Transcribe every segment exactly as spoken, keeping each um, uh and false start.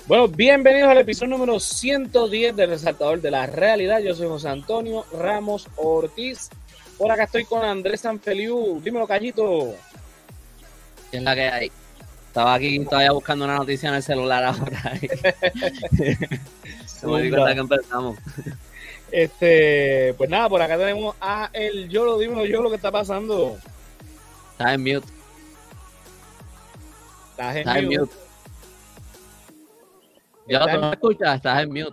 Bueno, bienvenidos al episodio número ciento diez del Resaltador de la Realidad. Yo soy José Antonio Ramos Ortiz. Por acá estoy con Andrés Sanfeliu. Dímelo, Callito. ¿Qué es la que hay? Estaba aquí todavía buscando una noticia en el celular ahora. Se me di cuenta que empezamos. Este, pues nada, por acá tenemos a el Yolo. Dímelo, Yolo, ¿qué está pasando? Estás en mute. Estás en Estás en mute. mute. Yo, ¿tú me escuchas? Estás en mute.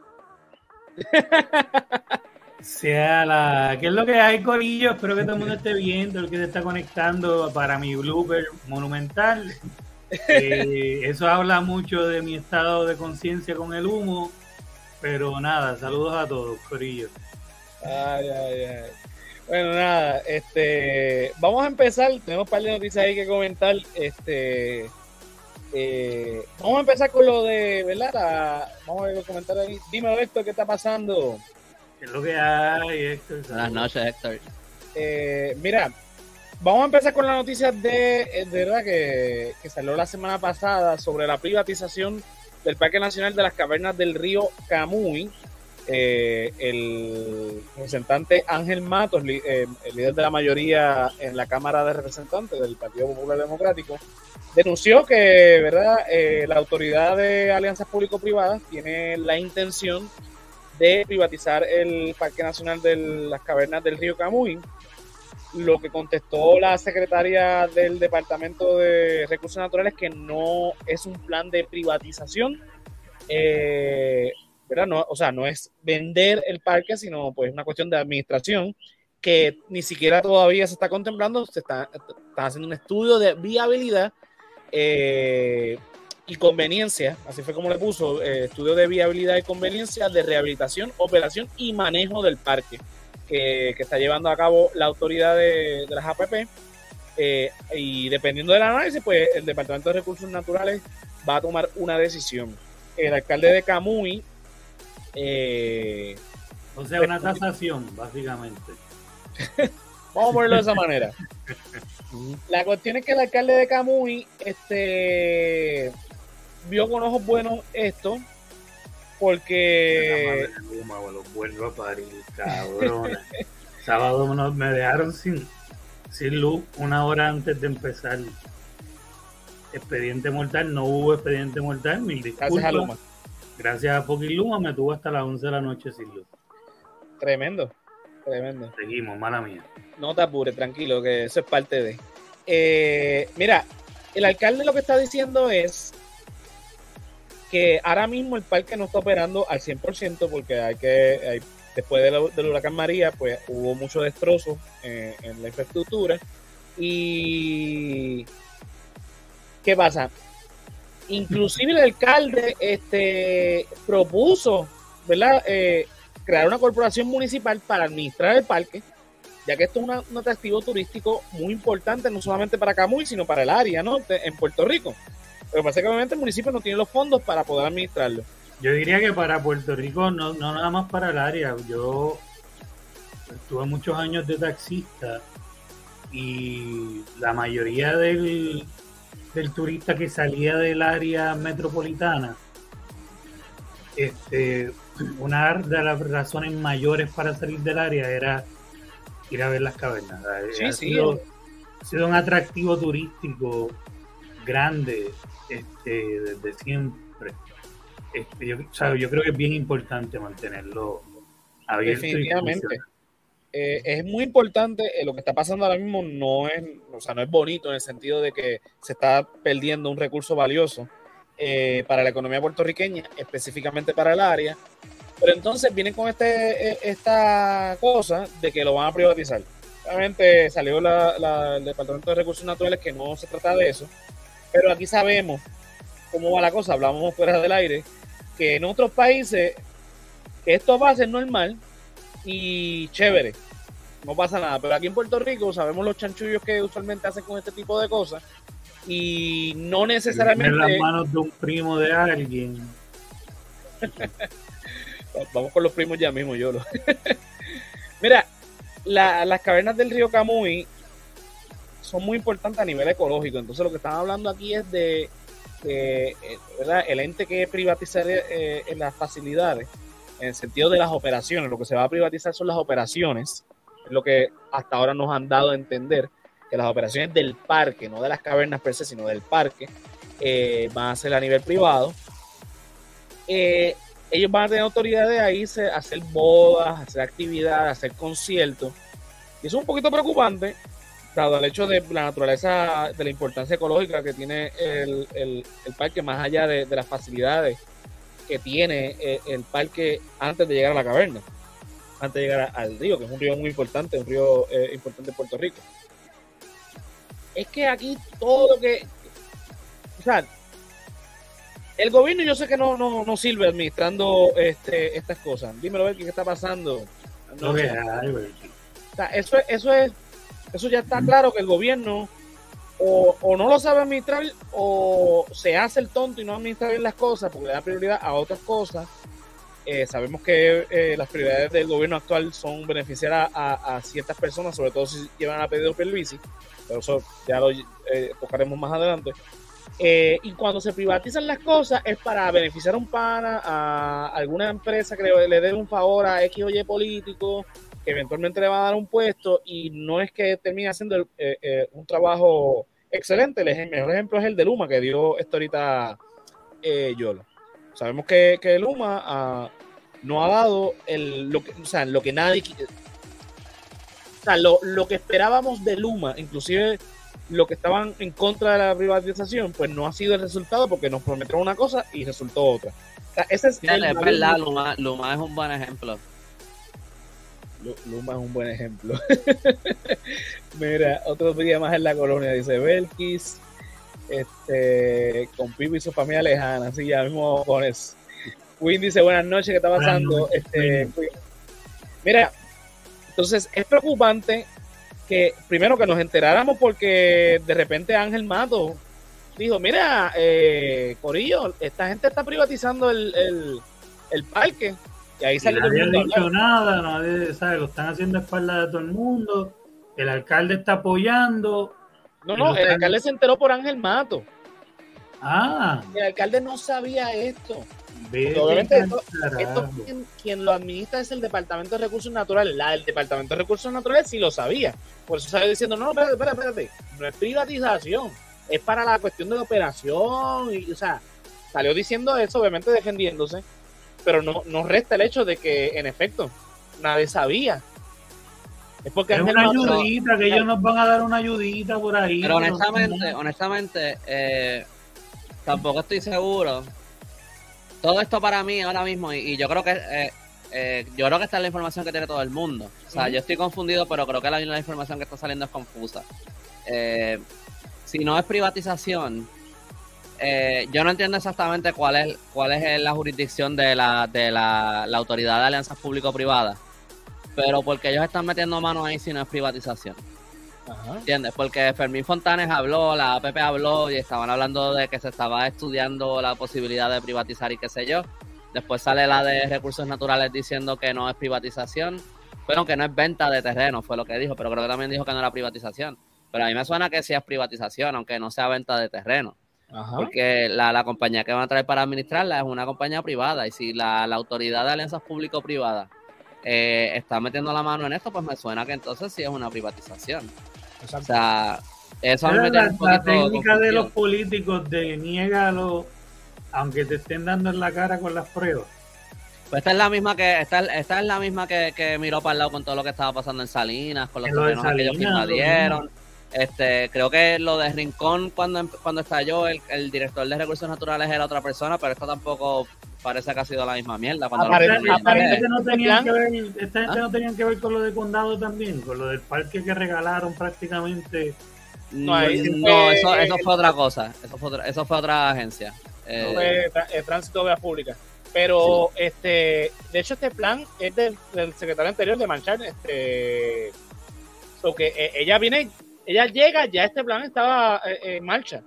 Sea la... ¿Qué es lo que hay, corillo? Espero que todo el mundo esté viendo, el que se está conectando para mi blooper monumental. Eh, eso habla mucho de mi estado de conciencia con el humo, pero nada, saludos a todos, corillo. Ay, ay, ay. Bueno, nada, este, vamos a empezar. Tenemos un par de noticias ahí que comentar. Este, eh, vamos a empezar con lo de, ¿verdad? La, vamos a ver los comentarios ahí. Dime, Héctor, ¿qué está pasando? ¿Qué es lo que hay, Héctor? Buenas noches, Héctor. Eh, mira, vamos a empezar con la noticia de, de verdad que, que salió la semana pasada sobre la privatización del Parque Nacional de las Cavernas del Río Camuy. Eh, el representante Ángel Matos, li, eh, el líder de la mayoría en la Cámara de Representantes del Partido Popular Democrático, denunció que, ¿verdad?, eh, la autoridad de alianzas público-privadas tiene la intención de privatizar el Parque Nacional de las Cavernas del Río Camuy. Lo que contestó la secretaria del Departamento de Recursos Naturales que no es un plan de privatización, eh, ¿verdad? No, o sea, no es vender el parque, sino pues una cuestión de administración que ni siquiera todavía se está contemplando. Se está, está haciendo un estudio de viabilidad eh, y conveniencia, así fue como le puso, eh, estudio de viabilidad y conveniencia de rehabilitación, operación y manejo del parque que, que está llevando a cabo la autoridad de, de las A P P, eh, y dependiendo del análisis, pues el Departamento de Recursos Naturales va a tomar una decisión. El alcalde de Camuy, eh, o sea, una tasación, básicamente. Vamos a ponerlo de esa manera. La cuestión es que el alcalde de Camuy este, vio con ojos buenos esto, porque sábado no, me dejaron sin, sin luz una hora antes de empezar expediente mortal. No hubo expediente mortal, mil disculpas. Gracias a Luma. Gracias a Poking Luma me tuvo hasta las once de la noche sin luz. Tremendo, tremendo. Seguimos, mala mía. No te apures, tranquilo, que eso es parte de... Eh, mira, el alcalde lo que está diciendo es que ahora mismo el parque no está operando al cien por ciento porque hay que, hay, después de la, del huracán María, pues hubo mucho destrozo eh, en la infraestructura. Y ¿qué pasa? Inclusive el alcalde este, propuso, ¿verdad?, eh, crear una corporación municipal para administrar el parque, ya que esto es una, un atractivo turístico muy importante, no solamente para Camuy, sino para el área, ¿no?, en Puerto Rico. Pero parece que obviamente el municipio no tiene los fondos para poder administrarlo. Yo diría que para Puerto Rico, no, no nada más para el área. Yo estuve muchos años de taxista y la mayoría del, del turista que salía del área metropolitana, este, una de las razones mayores para salir del área era ir a ver las cavernas. Sí, ha, sí, sido, ha sido un atractivo turístico grande este, desde siempre. Este, yo, o sea, yo creo que es bien importante mantenerlo abierto. Definitivamente. Eh, es muy importante. Eh, lo que está pasando ahora mismo no es, o sea, no es bonito en el sentido de que se está perdiendo un recurso valioso eh, para la economía puertorriqueña, específicamente para el área. Pero entonces vienen con este, esta cosa de que lo van a privatizar. Obviamente salió la, la, el Departamento de Recursos Naturales que no se trata de eso, pero aquí sabemos cómo va la cosa. Hablamos fuera del aire que en otros países que esto va a ser normal y chévere, no pasa nada, pero aquí en Puerto Rico sabemos los chanchullos que usualmente hacen con este tipo de cosas y no necesariamente en las manos de un primo de alguien. Vamos con los primos ya mismo, yo lo. Mira, la, las cavernas del río Camuy son muy importantes a nivel ecológico. Entonces lo que están hablando aquí es de que ¿verdad? El ente que privatizar eh, en las facilidades, en el sentido de las operaciones, lo que se va a privatizar son las operaciones, es lo que hasta ahora nos han dado a entender, que las operaciones del parque, no de las cavernas per se, sino del parque, eh, van a ser a nivel privado. Eh, ellos van a tener autoridad de ahí a hacer bodas, hacer actividades, hacer conciertos, y eso es un poquito preocupante, dado el hecho de la naturaleza, de la importancia ecológica que tiene el, el, el parque, más allá de, de las facilidades que tiene el, el parque antes de llegar a la caverna, antes de llegar a, al río, que es un río muy importante, un río eh, importante en Puerto Rico. Es que aquí todo lo que, o sea, el gobierno yo sé que no, no, no sirve administrando este, estas cosas. Dímelo, ver qué está pasando. No, Lo que o sea, hay, güey. o sea, eso, eso es, eso ya está claro que el gobierno o, o no lo sabe administrar o se hace el tonto y no administra bien las cosas porque le da prioridad a otras cosas. Eh, sabemos que eh, las prioridades del gobierno actual son beneficiar a, a, a ciertas personas, sobre todo si llevan a Pedro Pierluisi, pero eso ya lo eh, tocaremos más adelante. Eh, y cuando se privatizan las cosas es para beneficiar a un pana, a alguna empresa que le, le dé un favor a X o Y político, que eventualmente le va a dar un puesto y no es que termine haciendo el, eh, eh, un trabajo excelente. El mejor ejemplo es el de Luma, que dio esto ahorita eh, Yolo. Sabemos que, que Luma uh, no ha dado el, lo, que, o sea, lo que nadie... O sea, lo, lo que esperábamos de Luma, inclusive lo que estaban en contra de la privatización, pues no ha sido el resultado porque nos prometieron una cosa y resultó otra. O sea, ese es, sí, el es verdad, Luma, Luma es un buen ejemplo. Luma es un buen ejemplo. Mira, otro día más en la colonia, dice Belkis, este, con Pipo y su familia lejana, así ya mismo con eso. Quinn dice, buenas noches, ¿qué está pasando? Este, mira, entonces es preocupante que primero que nos enteráramos porque de repente Ángel Mato dijo, mira, eh, Corillo, esta gente está privatizando el, el, el parque. Y ahí salió nadie ha dicho nada, nadie sabe, lo están haciendo a espaldas de todo el mundo, el alcalde está apoyando. No, no, el alcalde se enteró por Ángel Mato. Ah. El alcalde no sabía esto. Obviamente esto, esto quien, quien lo administra es el Departamento de Recursos Naturales. La del Departamento de Recursos Naturales sí lo sabía. Por eso salió diciendo, no, no, espérate, espérate, espérate. No es privatización, es para la cuestión de operación. Y, o sea, salió diciendo eso, obviamente defendiéndose. Pero no, no resta el hecho de que, en efecto, nadie sabía. Es porque es una ayudita, que ellos nos van a dar una ayudita por ahí. Pero honestamente, honestamente, eh, tampoco estoy seguro. Todo esto para mí ahora mismo, y, y yo creo que eh, eh, yo creo que esta es la información que tiene todo el mundo. O sea, uh-huh. Yo estoy confundido, pero creo que la, la información que está saliendo es confusa. Eh, si no es privatización, eh, yo no entiendo exactamente cuál es cuál es la jurisdicción de la de la, la autoridad de alianzas público-privadas, pero porque ellos están metiendo mano ahí si no es privatización. Ajá. ¿Entiendes? Porque Fermín Fontanes habló, la A P P habló y estaban hablando de que se estaba estudiando la posibilidad de privatizar y qué sé yo. Después sale la de Recursos Naturales diciendo que no es privatización, bueno, que no es venta de terreno, fue lo que dijo, pero creo que también dijo que no era privatización. Pero a mí me suena que sí es privatización, aunque no sea venta de terreno. Ajá. Porque la, la compañía que van a traer para administrarla es una compañía privada, y si la, la autoridad de alianzas público-privadas eh, está metiendo la mano en esto, pues me suena que entonces sí es una privatización. Exacto. O sea, eso me la, un la técnica de los políticos de niégalo aunque te estén dando en la cara con las pruebas. Pues esta es la misma que esta, esta es la misma que, que miró para el lado con todo lo que estaba pasando en Salinas, con los terrenos aquellos que invadieron. Este, creo que lo de Rincón cuando, cuando estalló, el, el director de Recursos Naturales era otra persona, pero esto tampoco parece que ha sido la misma mierda. Cuando Aparente, aparente no tenían que ver, esta gente ¿Ah? no tenían que ver con lo de Condado también, con lo del parque que regalaron prácticamente. No, no eh, eso, eso fue otra cosa, eso fue otra, eso fue otra agencia. Eh, fue el Tránsito de Vías Públicas. Pero sí. este, de hecho este plan es del, del secretario anterior de Manchar, este, so que eh, ella viene, ella llega, ya este plan estaba eh, en marcha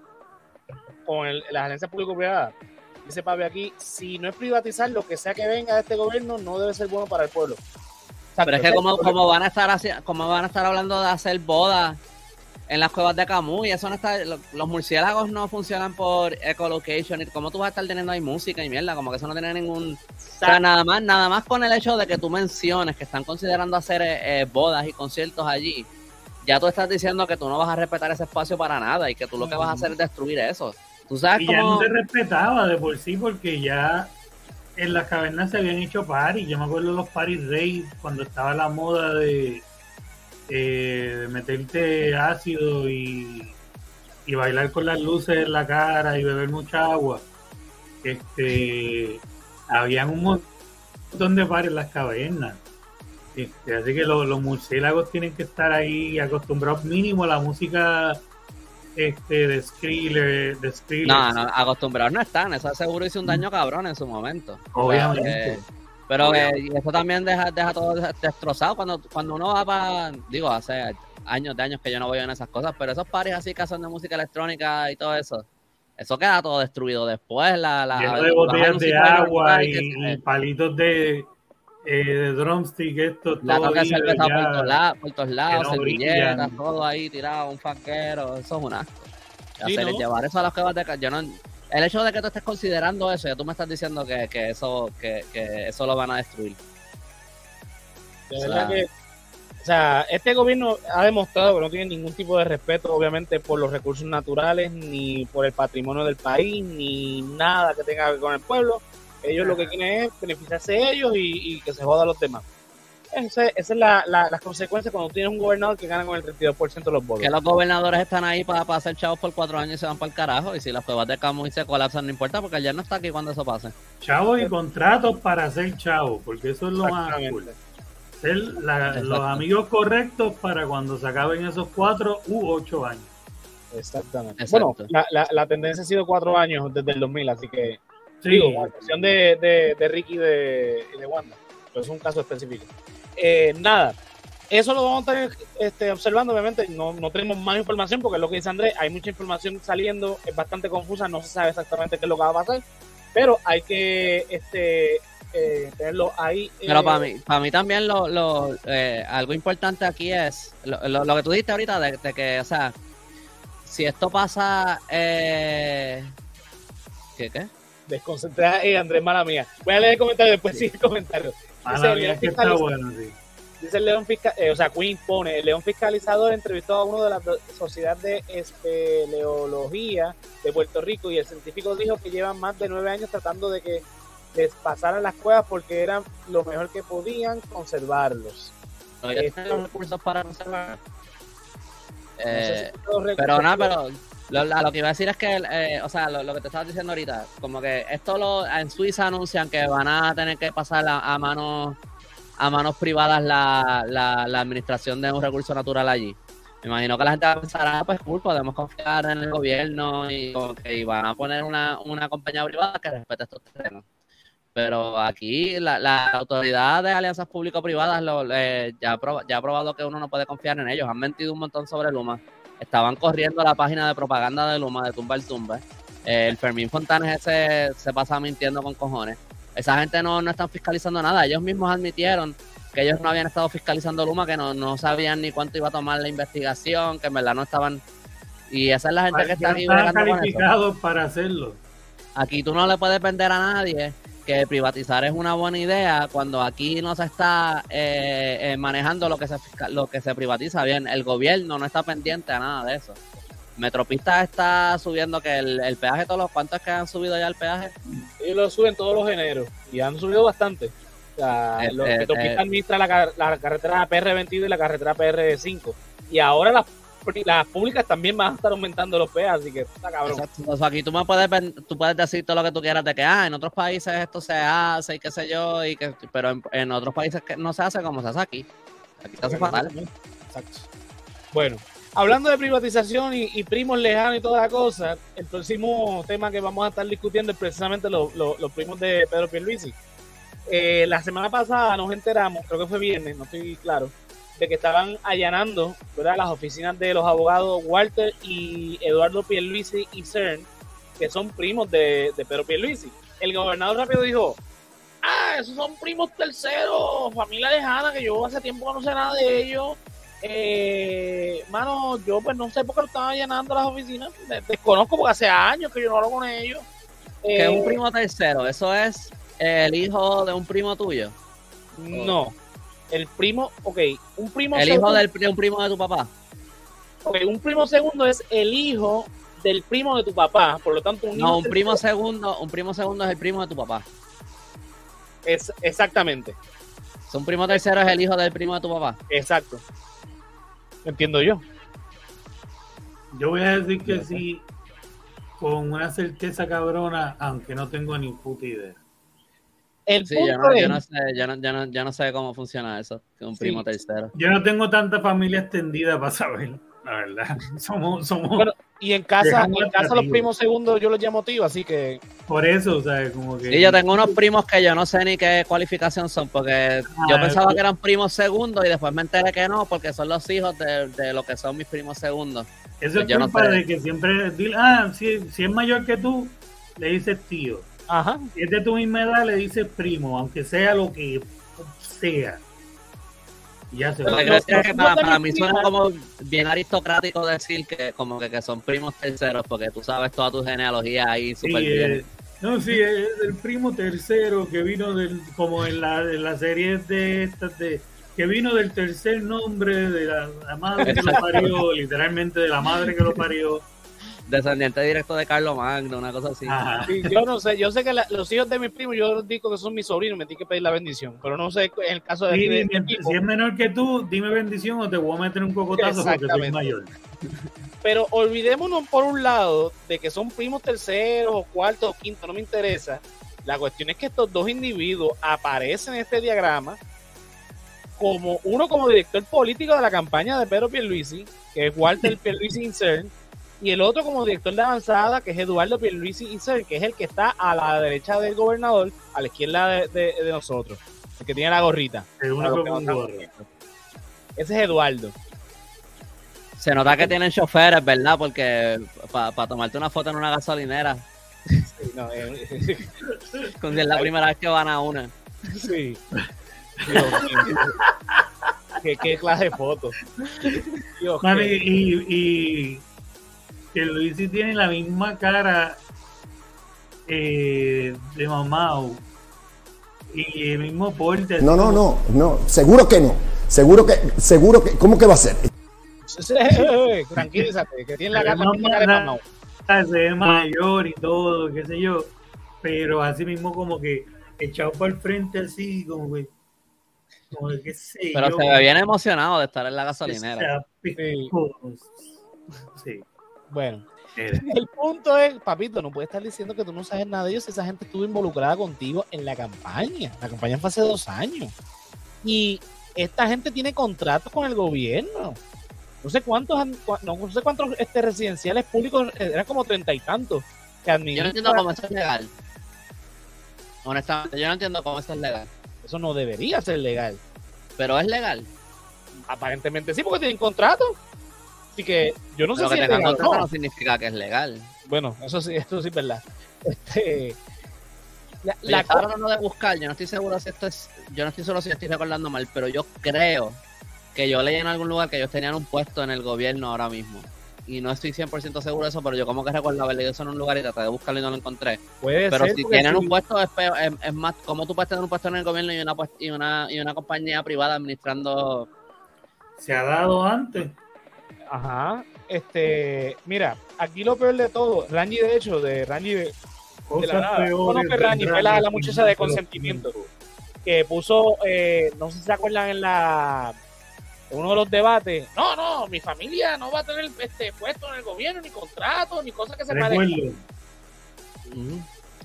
con el, las agencias público-privadas. Dice Papi aquí, si no es privatizar, lo que sea que venga de este gobierno no debe ser bueno para el pueblo. O sea, pero es que como, como van a estar así, como van a estar hablando de hacer bodas en las cuevas de Camuy, eso no está, lo, los murciélagos no funcionan por ecolocation, y cómo tú vas a estar teniendo ahí música y mierda, como que eso no tiene ningún, o sea, nada más, nada más con el hecho de que tú menciones que están considerando hacer eh, bodas y conciertos allí, ya tú estás diciendo que tú no vas a respetar ese espacio para nada y que tú lo que vas a hacer es destruir eso. Tú sabes y cómo... ya no se respetaba de por sí, porque ya en las cavernas se habían hecho paris. Yo me acuerdo de los paris rave cuando estaba la moda de, eh, de meterte ácido y, y bailar con las luces en la cara y beber mucha agua. Este, habían un montón de paris en las cavernas. Este, así que los, los murciélagos tienen que estar ahí acostumbrados mínimo a la música este de Skrillex, de Skrillex. No, no, acostumbrados no están, eso seguro hizo un daño cabrón en su momento. Obviamente. Eh, pero eh, eso también deja, deja todo destrozado cuando, cuando uno va para, digo, hace años de años que yo no voy en esas cosas, pero esos paris así que son de música electrónica y todo eso, eso queda todo destruido después. La, la, lleno de botellas de agua y, y, y palitos de Eh, de drumstick, esto la todo toca cerveza por todos lados, por todos lados, no servilletas, brillan. todo ahí tirado, un fanquero, eso es un asco. Sí, Hacer, ¿no? Llevar eso a las cuevas de ca- yo no, el hecho de que tú estés considerando eso, ya tú me estás diciendo que, que eso, que, que eso lo van a destruir. De O sea, verdad que, o sea, este gobierno ha demostrado que no tiene ningún tipo de respeto, obviamente, por los recursos naturales, ni por el patrimonio del país, ni nada que tenga que ver con el pueblo. Ellos lo que quieren es beneficiarse ellos y, y que se joda a los demás. Esa, esa es la, la, las consecuencias cuando tienes un gobernador que gana con el treinta y dos por ciento de los votos. que los gobernadores están ahí para, para hacer chavos por cuatro años y se van para el carajo, y si las cuevas de Camuy se colapsan no importa porque ya no está aquí cuando eso pase. Chavos y contratos para ser chavos, porque eso es lo más Exactamente. cool. Ser la, los amigos correctos para cuando se acaben esos cuatro u ocho años. Exactamente. Exacto. Bueno, la, la, la tendencia ha sido cuatro años desde el dos mil, así que Sí, digo, la cuestión de, de, de Ricky y de, y de Wanda, pero es un caso específico. Eh, nada, eso lo vamos a estar este, observando, obviamente, no, no tenemos más información porque es lo que dice Andrés, hay mucha información saliendo, es bastante confusa, no se sabe exactamente qué es lo que va a pasar, pero hay que este, eh, tenerlo ahí. Eh, Pero para mí, para mí también lo, lo eh, algo importante aquí es lo, lo, lo que tú dijiste ahorita de, de que, o sea, si esto pasa, eh, ¿qué qué? desconcentrada, eh, Andrés, mala mía. Voy a leer el comentario, después sí el comentario. Mala Dice, mía, León que está fiscaliza- bueno, sí. dice el León Fiscal, eh, o sea, Queen pone, el León Fiscalizador entrevistó a uno de la Sociedad de Espeleología de Puerto Rico y el científico dijo que llevan más de nueve años tratando de que les pasaran las cuevas porque eran lo mejor que podían conservarlos. No, ya tienen los recursos para conservar. No sé Eh, si todos pero recuerdan- nada, pero lo, la- lo que iba a decir es que, eh, o sea, lo, lo que te estaba diciendo ahorita, como que esto lo en Suiza anuncian que van a tener que pasar a, a manos a manos privadas la, la, la administración de un recurso natural allí. Me imagino que la gente va a pensar, ah, pues cool, podemos confiar en el gobierno y, como que, y van a poner una, una compañía privada que respete estos terrenos. Pero aquí la, la autoridad de alianzas público-privadas lo, eh, ya, ha prob- ya ha probado que uno no puede confiar en ellos. Han mentido un montón sobre Luma. Estaban corriendo la página de propaganda de Luma, de Tumba el Tumba. Eh, el Fermín Fontanes ese se pasa mintiendo con cojones. Esa gente no, no están fiscalizando nada. Ellos mismos admitieron que ellos no habían estado fiscalizando Luma, que no, no sabían ni cuánto iba a tomar la investigación, que en verdad no estaban... Y esa es la gente que está Ya aquí están bregando con eso. calificados para hacerlo. Aquí tú no le puedes vender a nadie que privatizar es una buena idea cuando aquí no se está eh, eh, manejando lo que se fisca- lo que se privatiza bien. El gobierno no está pendiente a nada de eso. Metropista está subiendo que el, el peaje, todos los cuantos que han subido ya el peaje. Ellos lo suben todos los eneros y han subido bastante. O sea, Eh, los eh, Metropista eh. administra la, car- la carretera P R veintidós y la carretera P R cinco. Y ahora las, pri- las públicas también van a estar aumentando los peajes, así que está cabrón. Exacto. O sea, aquí tú me puedes ven- tú puedes decir todo lo que tú quieras de que ah, en otros países esto se hace y qué sé yo, y que pero en, en otros países que no se hace como se hace aquí. Aquí se hace fatal. Exacto. Bueno, hablando de privatización y, y primos lejanos y toda la cosa, el próximo tema que vamos a estar discutiendo es precisamente los, los, los primos de Pedro Pierluisi. Eh, la semana pasada nos enteramos, creo que fue viernes, no estoy claro, de que estaban allanando, ¿verdad?, las oficinas de los abogados Walter y Eduardo Pierluisi y Cern, que son primos de, de Pedro Pierluisi. El gobernador rápido dijo, ah, esos son primos terceros, familia lejana, que yo hace tiempo que no sé nada de ellos. Eh, mano, yo pues no sé por qué lo estaban llenando las oficinas. Desconozco porque hace años que yo no hablo con ellos. Que es Eh, un primo tercero, eso es el hijo de un primo tuyo. No. El primo, ok, un primo El segundo, hijo del, de un primo de tu papá. ok, un primo segundo es el hijo del primo de tu papá, por lo tanto un No, hijo un del- primo segundo, un primo segundo es el primo de tu papá. es exactamente, O sea, un primo tercero es el hijo del primo de tu papá. exacto. Entiendo yo. Yo voy a decir que sí, con una certeza cabrona, aunque no tengo ni puta idea. El Sí, punto yo no, es, yo no sé, yo no, yo no, yo no sé cómo funciona eso, que un Sí. primo tercero. Yo no tengo tanta familia extendida para saber, la verdad. Somos, somos bueno, y en casa, Dejamos en casa los atractivo. primos segundos yo los llamo tío, así que por eso, o sea, como que. Sí, yo tengo unos primos que yo no sé ni qué cualificación son, porque yo Ah, pensaba sí. que eran primos segundos y después me enteré que no, porque son los hijos de, de lo que son mis primos segundos. Eso es yo no culpa sé. de que siempre. dile, Ah, si, si es mayor que tú, le dices tío. ajá. Si es de tu misma edad, le dices primo, aunque sea lo que sea. Y ya se Lo va. que quiero decir es que no para, te para mí explica. suena como bien aristocrático decir que como que, que son primos terceros, porque tú sabes toda tu genealogía ahí Sí, súper bien. eh, no, sí, es el primo tercero que vino del, como en la, en la serie de estas de que vino del tercer nombre de la, la madre que lo parió, literalmente de la madre que lo parió. Descendiente directo de Carlos Magno, una cosa así. Ajá. Sí, yo no sé, yo sé que la- los hijos de mis primos, yo digo que son mis sobrinos, me tienen que pedir la bendición, pero no sé en el caso de Sí, aquí de, de mientras- Pipo. si es menor que tú, dime bendición o te voy a meter un cocotazo porque soy Exactamente. mayor. Pero olvidémonos por un lado de que son primos terceros o cuartos o quintos, no me interesa. La cuestión es que estos dos individuos aparecen en este diagrama como uno como director político de la campaña de Pedro Pierluisi, que es Walter Pierluisi Insert, y el otro como director de avanzada, que es Eduardo Pierluisi Insert, que es el que está a la derecha del gobernador, a la izquierda de, de- de nosotros, el que tiene la gorrita. Es Para uno los que con no gorro. están viendo. Ese es Eduardo. Se nota que tienen choferes, ¿verdad? Porque para tomarte una foto en una gasolinera, Sí, no, eh, con que es la primera vez que van a una. Sí. Dios mío. ¿Qué, qué clase de fotos. Dios, Mano, qué- y, y que Luisi tiene la misma cara eh, de Mamau y el mismo porte. No, no, no, no, seguro que no. Seguro que, seguro que, ¿cómo que va a ser? Tranquilízate, que tiene la Se ve cara, misma cara de más- mamá. Se ve mayor y todo, qué sé yo, pero así mismo como que echado para el frente así, como que, como que qué sé Pero yo. se ve bien emocionado de estar en la O gasolinera. sea, picoso. Sí. Bueno, Era. el punto es, papito, no puedes estar diciendo que tú no sabes nada de ellos si esa gente estuvo involucrada contigo en la campaña. La campaña fue hace dos años. Y esta gente tiene contratos con el gobierno. No sé cuántos, han- cua- no, no sé cuántos este, residenciales públicos, eh, eran como treinta y tantos que Yo no administran. entiendo cómo eso es legal. Honestamente, yo no entiendo cómo eso es legal. Eso no debería ser legal. Pero es legal. Aparentemente sí, porque tienen contrato. Así que yo no Pero sé que si es tengan legal o contrato no. no significa que es legal. Bueno, eso sí, esto sí es verdad. Este, la, La la estaba tratando de buscar, yo no estoy seguro si esto es, yo no estoy seguro si estoy recordando mal, pero yo creo que yo leí en algún lugar que ellos tenían un puesto en el gobierno ahora mismo. Y no estoy cien por ciento seguro de eso, pero yo como que recuerdo haber leído eso en un lugar y traté de buscarlo y no lo encontré. puede Pero ser si porque tienen sí- un puesto, es, peor- es, es más, ¿cómo tú puedes tener un puesto en el gobierno y una, pues- y una, y una compañía privada administrando? Se ha dado antes. Ajá. Este, mira, aquí lo peor de todo, Rangi, de hecho, de Rangi de, de la Cosas nada. peores. No, no fue Rangi, fue la, la muchacha de consentimiento que puso, eh, no sé si se acuerdan en la en uno de los debates. No, no, mi familia no va a tener este puesto en el gobierno, ni contrato, ni cosas que se parezcan. Recuerdo. Ujú.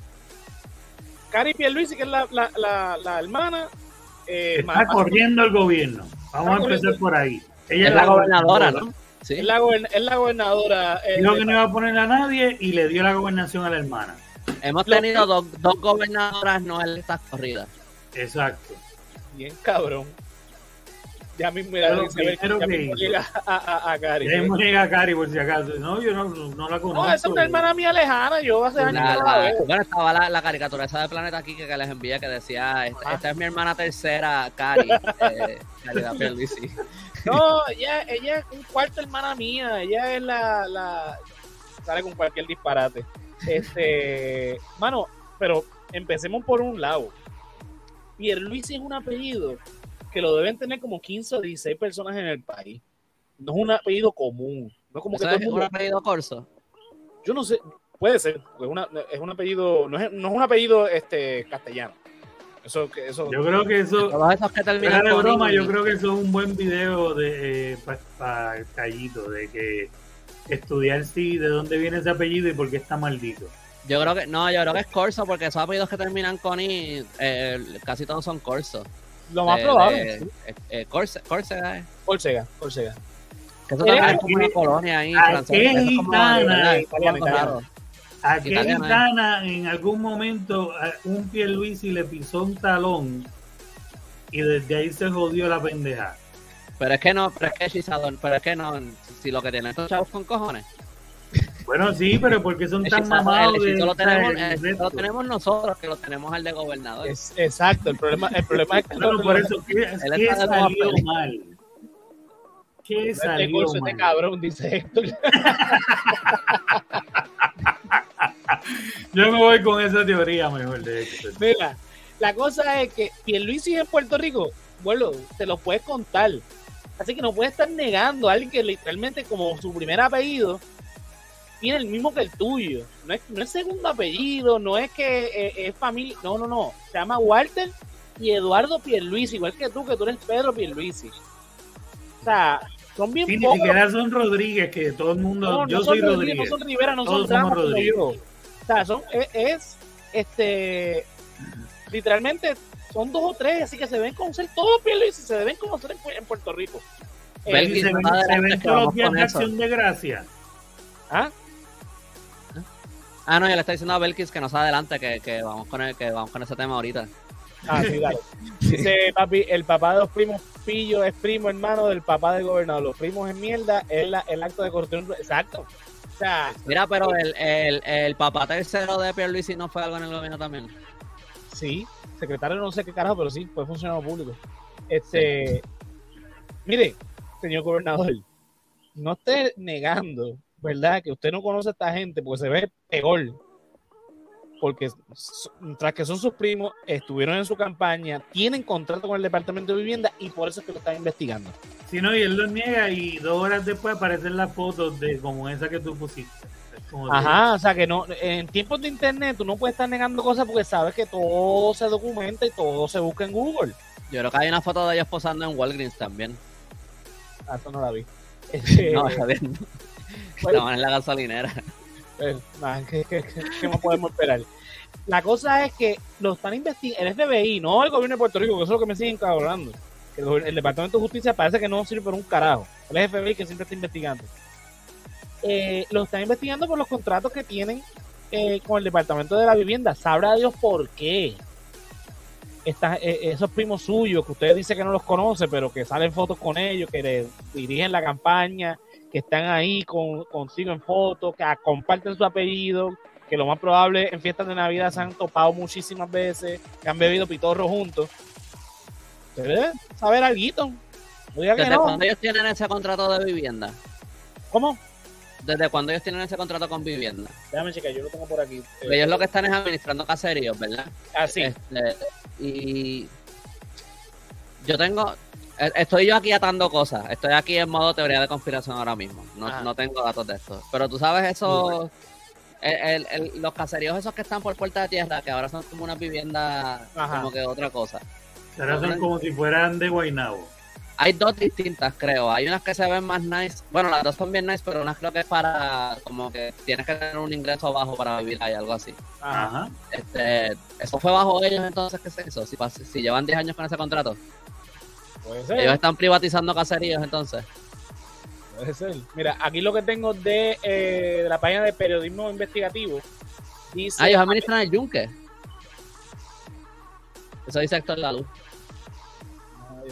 Cari Pierluisi, que es la, la, la, la hermana, eh, Está más- corriendo el gobierno. Vamos a Está empezar corriendo. por ahí. Ella Es la gobernadora, ¿no? Sí. es, la, gober- es la gobernadora. eh, Dijo de- que no iba a poner a nadie y le dio la gobernación a la hermana. Hemos Lo- tenido dos, dos gobernadoras no electas corridas. Exacto. Bien cabrón. Ya mismo era Pero se ve- primero ya que mismo hizo. llega a, a, a Cari. Ya mismo llega Cari por si acaso. No, yo no, no la conozco. No, esa es una hermana mía lejana, yo hace años La- que no la la- veo. bueno, estaba la, la caricatura esa de Planeta aquí que, que les envié que decía, esta, Ajá. esta es mi hermana tercera, Cari, eh, Caridad Pierluisi. No, ella, ella es un cuarto hermana mía, ella es la, la sale con cualquier disparate. Este, mano, pero empecemos por un lado. Pierluisi es un apellido que lo deben tener como quince o dieciséis personas en el país. No es un apellido común. No es como que ¿Eso todo es el mundo- un apellido corso? Yo no sé, puede ser, porque es, una, es un apellido, no es, no es un apellido este castellano. Eso, que- eso, Yo creo que eso, Todos esos que fuera terminan de con broma, I. yo creo que eso es un buen video de para eh, Callito, de que estudiar sí de dónde viene ese apellido y por qué está maldito. Yo creo que, no, yo creo que es corso porque esos apellidos que terminan con I, eh, casi todos son corsos. lo más De- probable. de- sí. eh, eh, Corse- Córcega, eh. Córcega, Córcega. Que eso Eh, también es como una aquí- colonia ahí aquí francesa. Eso es como gitana, de verdad, es italiana, algo italiana. raro. ¿A qué Italiana, eh. gitana en algún momento a un Pierluisi le pisó un talón y desde ahí se jodió la pendeja? Pero es que no, pero es que Chizador, pero es que no, si lo que tienen estos chavos con cojones. Bueno, sí, pero porque son El tan hechizo, mamados el de hechizo lo tenemos, el el hechizo resto? lo tenemos nosotros, que lo tenemos al de gobernador. Es, exacto, el problema, el problema es que Bueno, por eso, ¿qué, Él qué está de nuevo salió feliz. mal? ¿Qué este salió curso, este mal? cabrón, dice Héctor. Yo me voy con esa teoría mejor de esto. Mira, la cosa es que Pierluisi en Puerto Rico, bueno, te lo puedes contar. Así que no puedes estar negando a alguien que literalmente como su primer apellido tiene el mismo que el tuyo. No es, no es segundo apellido, no es que eh, es familia, no, no, no. Se llama Walter y Eduardo Pierluisi, igual que tú, que tú eres Pedro Pierluisi. O sea, son bien Sí, ni pocos. siquiera son Rodríguez, que todo el mundo. No, no yo son soy Rodríguez, Rodríguez. no son Rivera, no Todos son Ramos somos como Rodríguez. yo. O sea, son, es, es, este, literalmente son dos o tres, así que se deben conocer todos Pierluisi, se deben conocer en, Pu- en Puerto Rico. Eh, Belkis Y se ven, más adelante se ven que todos vamos los días con de eso. Acción de Gracia. ¿Ah? Ah, no, yo le estoy diciendo a Belkis que no se adelante, que, que vamos con el, que vamos con ese tema ahorita. Ah, sí, dale. Dice papi, el papá de los primos Pillo es primo hermano del papá del gobernador. Los primos en mierda es la, el acto de corrupción. Exacto. O sea, Mira, pero el, el, el papá tercero de Pierluisi no fue algo en el gobierno también. sí, secretario no sé qué carajo, pero sí, fue funcionario público. Este, mire, señor gobernador, no esté negando, ¿verdad? Que usted no conoce a esta gente porque se ve peor. Porque so- tras que son sus primos, estuvieron en su campaña, tienen contrato con el Departamento de Vivienda y por eso es que lo están investigando. Si no, y él lo niega y dos horas después aparecen las fotos de como esa que tú pusiste. Es como de- Ajá, o sea que no, en tiempos de internet tú no puedes estar negando cosas porque sabes que todo se documenta y todo se busca en Google. Yo creo que hay una foto de ellos posando en Walgreens también. Ah, eso no la vi. Este, No, está bien. Estaban en la gasolinera. eh, nah, ¿qué, qué, qué- qué más podemos esperar? La cosa es que lo están investigando, el F B I, no el gobierno de Puerto Rico, que eso es lo que me siguen cabrando. El, gobier- el Departamento de Justicia parece que no sirve por un carajo. El F B I que siempre está investigando. Eh, lo están investigando por los contratos que tienen eh, con el Departamento de la Vivienda. Sabrá Dios por qué. Estas, eh, esos primos suyos que usted dice que no los conoce, pero que salen fotos con ellos, que le dirigen la campaña, que están ahí con, consigo en fotos, que comparten su apellido, que lo más probable en fiestas de Navidad se han topado muchísimas veces, que han bebido pitorro juntos. Usted debe saber algo. No diga que ¿Desde no. cuándo ellos tienen ese contrato de vivienda? ¿Cómo? ¿Desde cuándo ellos tienen ese contrato con vivienda? Déjame checar, yo lo tengo por aquí. Porque ellos lo que están es administrando caseríos, ¿verdad? Así. Este, y yo tengo, e- estoy yo aquí atando cosas, estoy aquí en modo teoría de conspiración ahora mismo, no, Ajá. no tengo datos de esto, pero tú sabes eso, el, el- el- los caseríos esos que están por puerta de tierra, que ahora son como una vivienda, Ajá. como que otra cosa. Ahora son como si fueran de Guaynabo. Hay dos distintas, creo. Hay unas que se ven más nice. Bueno, las dos son bien nice, pero unas creo que es para como que tienes que tener un ingreso bajo para vivir ahí, algo así. Ajá. Ajá. Este, eso fue bajo ellos entonces, ¿qué se hizo? Si, pas- si llevan diez años con ese contrato. Puede ser. Ellos están privatizando caseríos entonces. Puede ser. Mira, aquí lo que tengo de, eh, de la página de periodismo investigativo dice. Ah, ellos administran el yunque. Eso dice Héctor Laluz.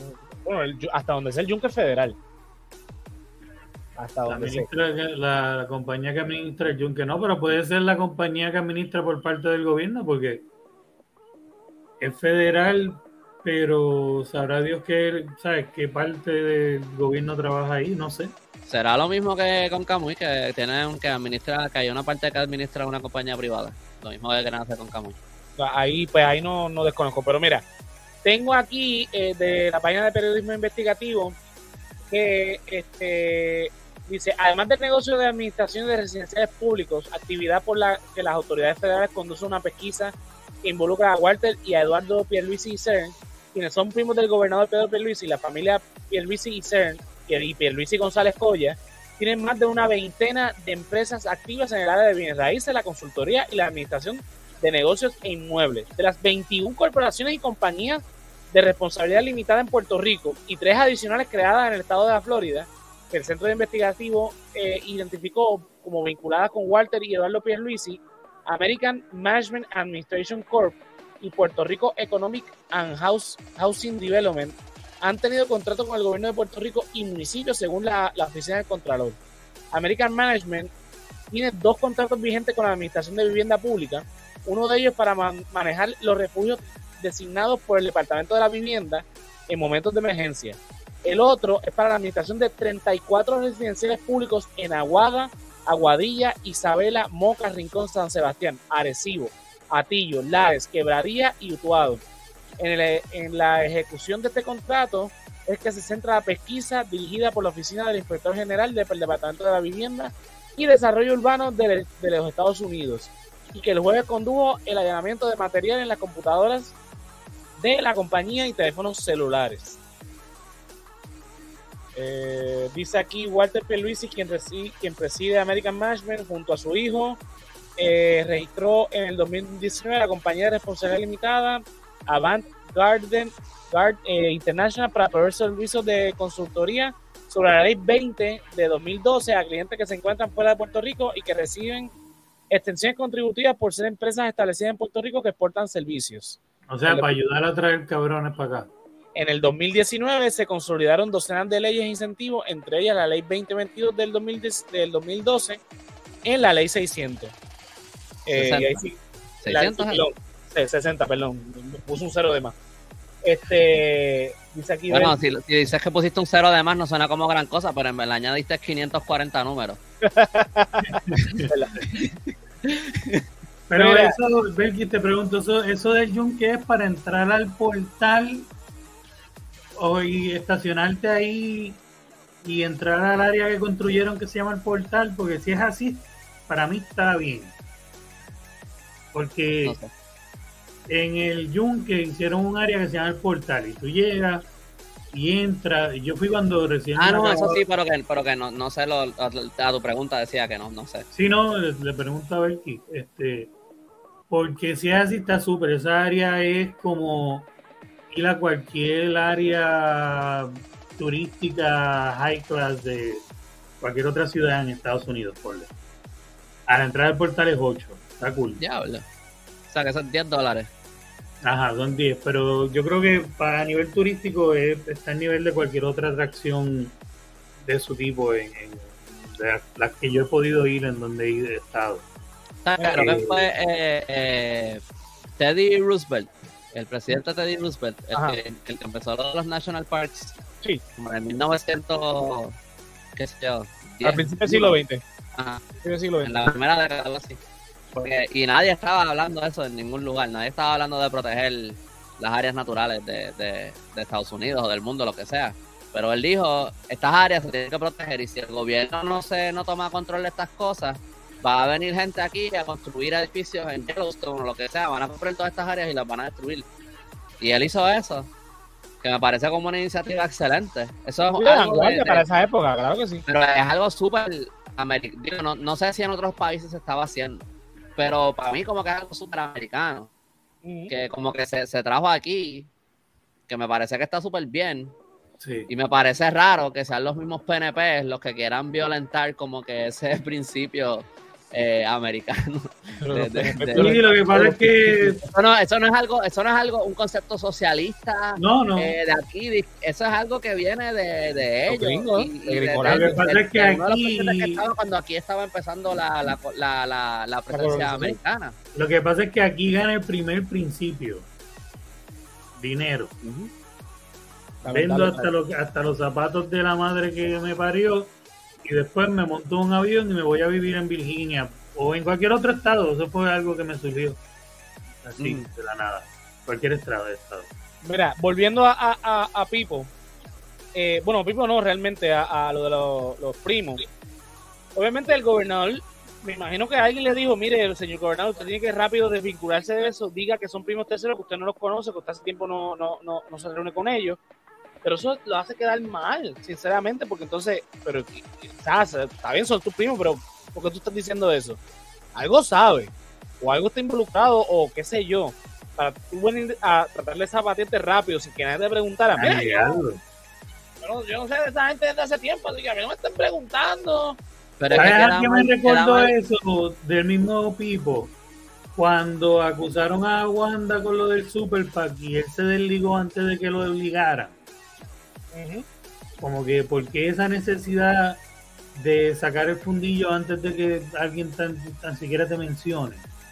Bueno, el, hasta donde sea el yunque federal. Hasta La, donde sea. ministra, la, la compañía que administra el yunque, no, pero puede ser la compañía que administra por parte del gobierno, porque es federal, pero sabrá Dios que, ¿sabes? qué parte del gobierno trabaja ahí, no sé. Será lo mismo que con Camuy, que tienen que administrar, que hay una parte que administra una compañía privada. Lo mismo que quieren hacer con Camuy. Ahí, pues ahí no, no desconozco. Pero mira, tengo aquí eh, de la página de periodismo investigativo que este dice, además del negocio de administración de residenciales públicos, actividad por la que las autoridades federales conducen una pesquisa que involucra a Walter y a Eduardo Pierluisi y Cern, quienes son primos del gobernador Pedro Pierluisi, la familia Pierluisi y Cern, y Pierluisi González Coya, tienen más de una veintena de empresas activas en el área de bienes raíces, la consultoría y la administración de negocios e inmuebles. De las veintiuna corporaciones y compañías de responsabilidad limitada en Puerto Rico y tres adicionales creadas en el estado de la Florida, que el Centro de Investigativo eh, identificó como vinculadas con Walter y Eduardo Pierluisi, American Management Administration Corp y Puerto Rico Economic and House, Housing Development han tenido contratos con el gobierno de Puerto Rico y municipios según la, la oficina del Contralor. American Management tiene dos contratos vigentes con la Administración de Vivienda Pública, uno de ellos para man, manejar los refugios designados por el Departamento de la Vivienda en momentos de emergencia. El otro es para la administración de treinta y cuatro residenciales públicos en Aguada, Aguadilla, Isabela, Moca, Rincón, San Sebastián, Arecibo, Atillo, Lares, Quebradilla y Utuado. En, el, en la ejecución de este contrato es que se centra la pesquisa dirigida por la Oficina del Inspector General del Departamento de la Vivienda y Desarrollo Urbano de, de los Estados Unidos, y que el jueves condujo el allanamiento de material en las computadoras de la compañía y teléfonos celulares. Eh, dice aquí Walter Pierluisi, quien, reci, quien preside American Management junto a su hijo, eh, registró en el dos mil diecinueve la compañía de responsabilidad limitada Avant Garden Guard eh, International para proveer servicios de consultoría sobre la ley veinte de dos mil doce a clientes que se encuentran fuera de Puerto Rico y que reciben extensiones contributivas por ser empresas establecidas en Puerto Rico que exportan servicios. O sea, para ayudar a traer cabrones para acá. En el dos mil diecinueve se consolidaron docenas de leyes e incentivos, entre ellas la ley veinte veintidós del, dos mil diez, del dos mil doce en la ley seiscientos. Eh, y ahí sí, seiscientos, la, perdón, sesenta, perdón, puso un cero de más. Este, dice aquí. Bueno, si, si dices que pusiste un cero de más, no suena como gran cosa, pero en verdad añadiste quinientos cuarenta números. Pero Mira, eso, Belki, te pregunto, eso, eso del yunque es para entrar al portal o y estacionarte ahí y entrar al área que construyeron que se llama el portal, porque si es así, para mí está bien. Porque No sé. en el yunque hicieron un área que se llama el portal y tú llegas y entras. Y yo fui cuando recién. Ah, no, acababa... eso sí, pero que, pero que no, no sé, lo, a, a tu pregunta decía que no, no sé. Sí, no, le, le pregunto a Belki, este, porque si es así está súper, esa área es como ir a cualquier área turística high class de cualquier otra ciudad en Estados Unidos, por lejos. A la entrada del portal es ocho, está cool. Diablo. O sea, que son diez dólares. Ajá, son diez, pero yo creo que para nivel turístico es, está al nivel de cualquier otra atracción de su tipo en, en de las, las que yo he podido ir en donde he estado. Creo que fue eh, eh, Teddy Roosevelt, el presidente Teddy Roosevelt, el que, el que empezó los National Parks. Sí. Como en mil novecientos, qué sé yo, diez, al principio del siglo veinte. Ajá, del siglo en veinte. la primera década, algo así. Porque, y nadie estaba hablando de eso en ningún lugar, nadie estaba hablando de proteger las áreas naturales de, de, de Estados Unidos o del mundo, lo que sea. Pero él dijo, estas áreas se tienen que proteger y si el gobierno no se no toma control de estas cosas, va a venir gente aquí a construir edificios en Yellowstone o lo que sea, van a comprar todas estas áreas y las van a destruir. Y él hizo eso, que me parece como una iniciativa excelente. Eso es Sí, algo de, de, para esa época, claro que sí. pero es algo súper americano. No, no sé si en otros países se estaba haciendo, pero para mí como que es algo súper americano. Uh-huh. Que como que se, se trajo aquí, que me parece que está súper bien. Sí. Y me parece raro que sean los mismos P N P los que quieran violentar como que ese principio eh, americano. De, de, de, sí, lo que pasa es que eso no, eso no es algo, eso no es algo, un concepto socialista no, no. Eh, de aquí, eso es algo que viene de, de ellos. Gringos, y, y de de, lo que pasa es que aquí, que estaba cuando aquí estaba empezando la, la, la, la, la presencia la americana. Lo que pasa es que aquí gana el primer principio, dinero. Uh-huh. Vendo hasta los, hasta los zapatos de la madre que me parió y después me monto un avión y me voy a vivir en Virginia o en cualquier otro estado. Eso fue algo que me surgió así, mm. de la nada. Cualquier estado de estado. Mira, volviendo a, a, a Pipo, eh, bueno, Pipo no, realmente a, a lo de los, los primos. Obviamente el gobernador, me imagino que alguien le dijo, mire, señor gobernador, usted tiene que rápido desvincularse de eso, diga que son primos terceros, que usted no los conoce, que usted hace tiempo no, no, no, no se reúne con ellos. Pero eso lo hace quedar mal, sinceramente, porque entonces, pero quizás, está bien, son tus primos, pero ¿por qué tú estás diciendo eso? Algo sabe, o algo está involucrado, o qué sé yo, para tú venir a tratarle esa patente rápido, sin que nadie te preguntara. Mira, yo, yo, yo no sé de esa gente desde hace tiempo, así que a mí no me estén preguntando. Pero es que, que me recordó eso del mismo Pipo? Cuando acusaron a Wanda con lo del Super PAC y él se desligó antes de que lo obligaran. Uh-huh. Como que, ¿por qué esa necesidad de sacar el fundillo antes de que alguien tan, tan siquiera te mencione?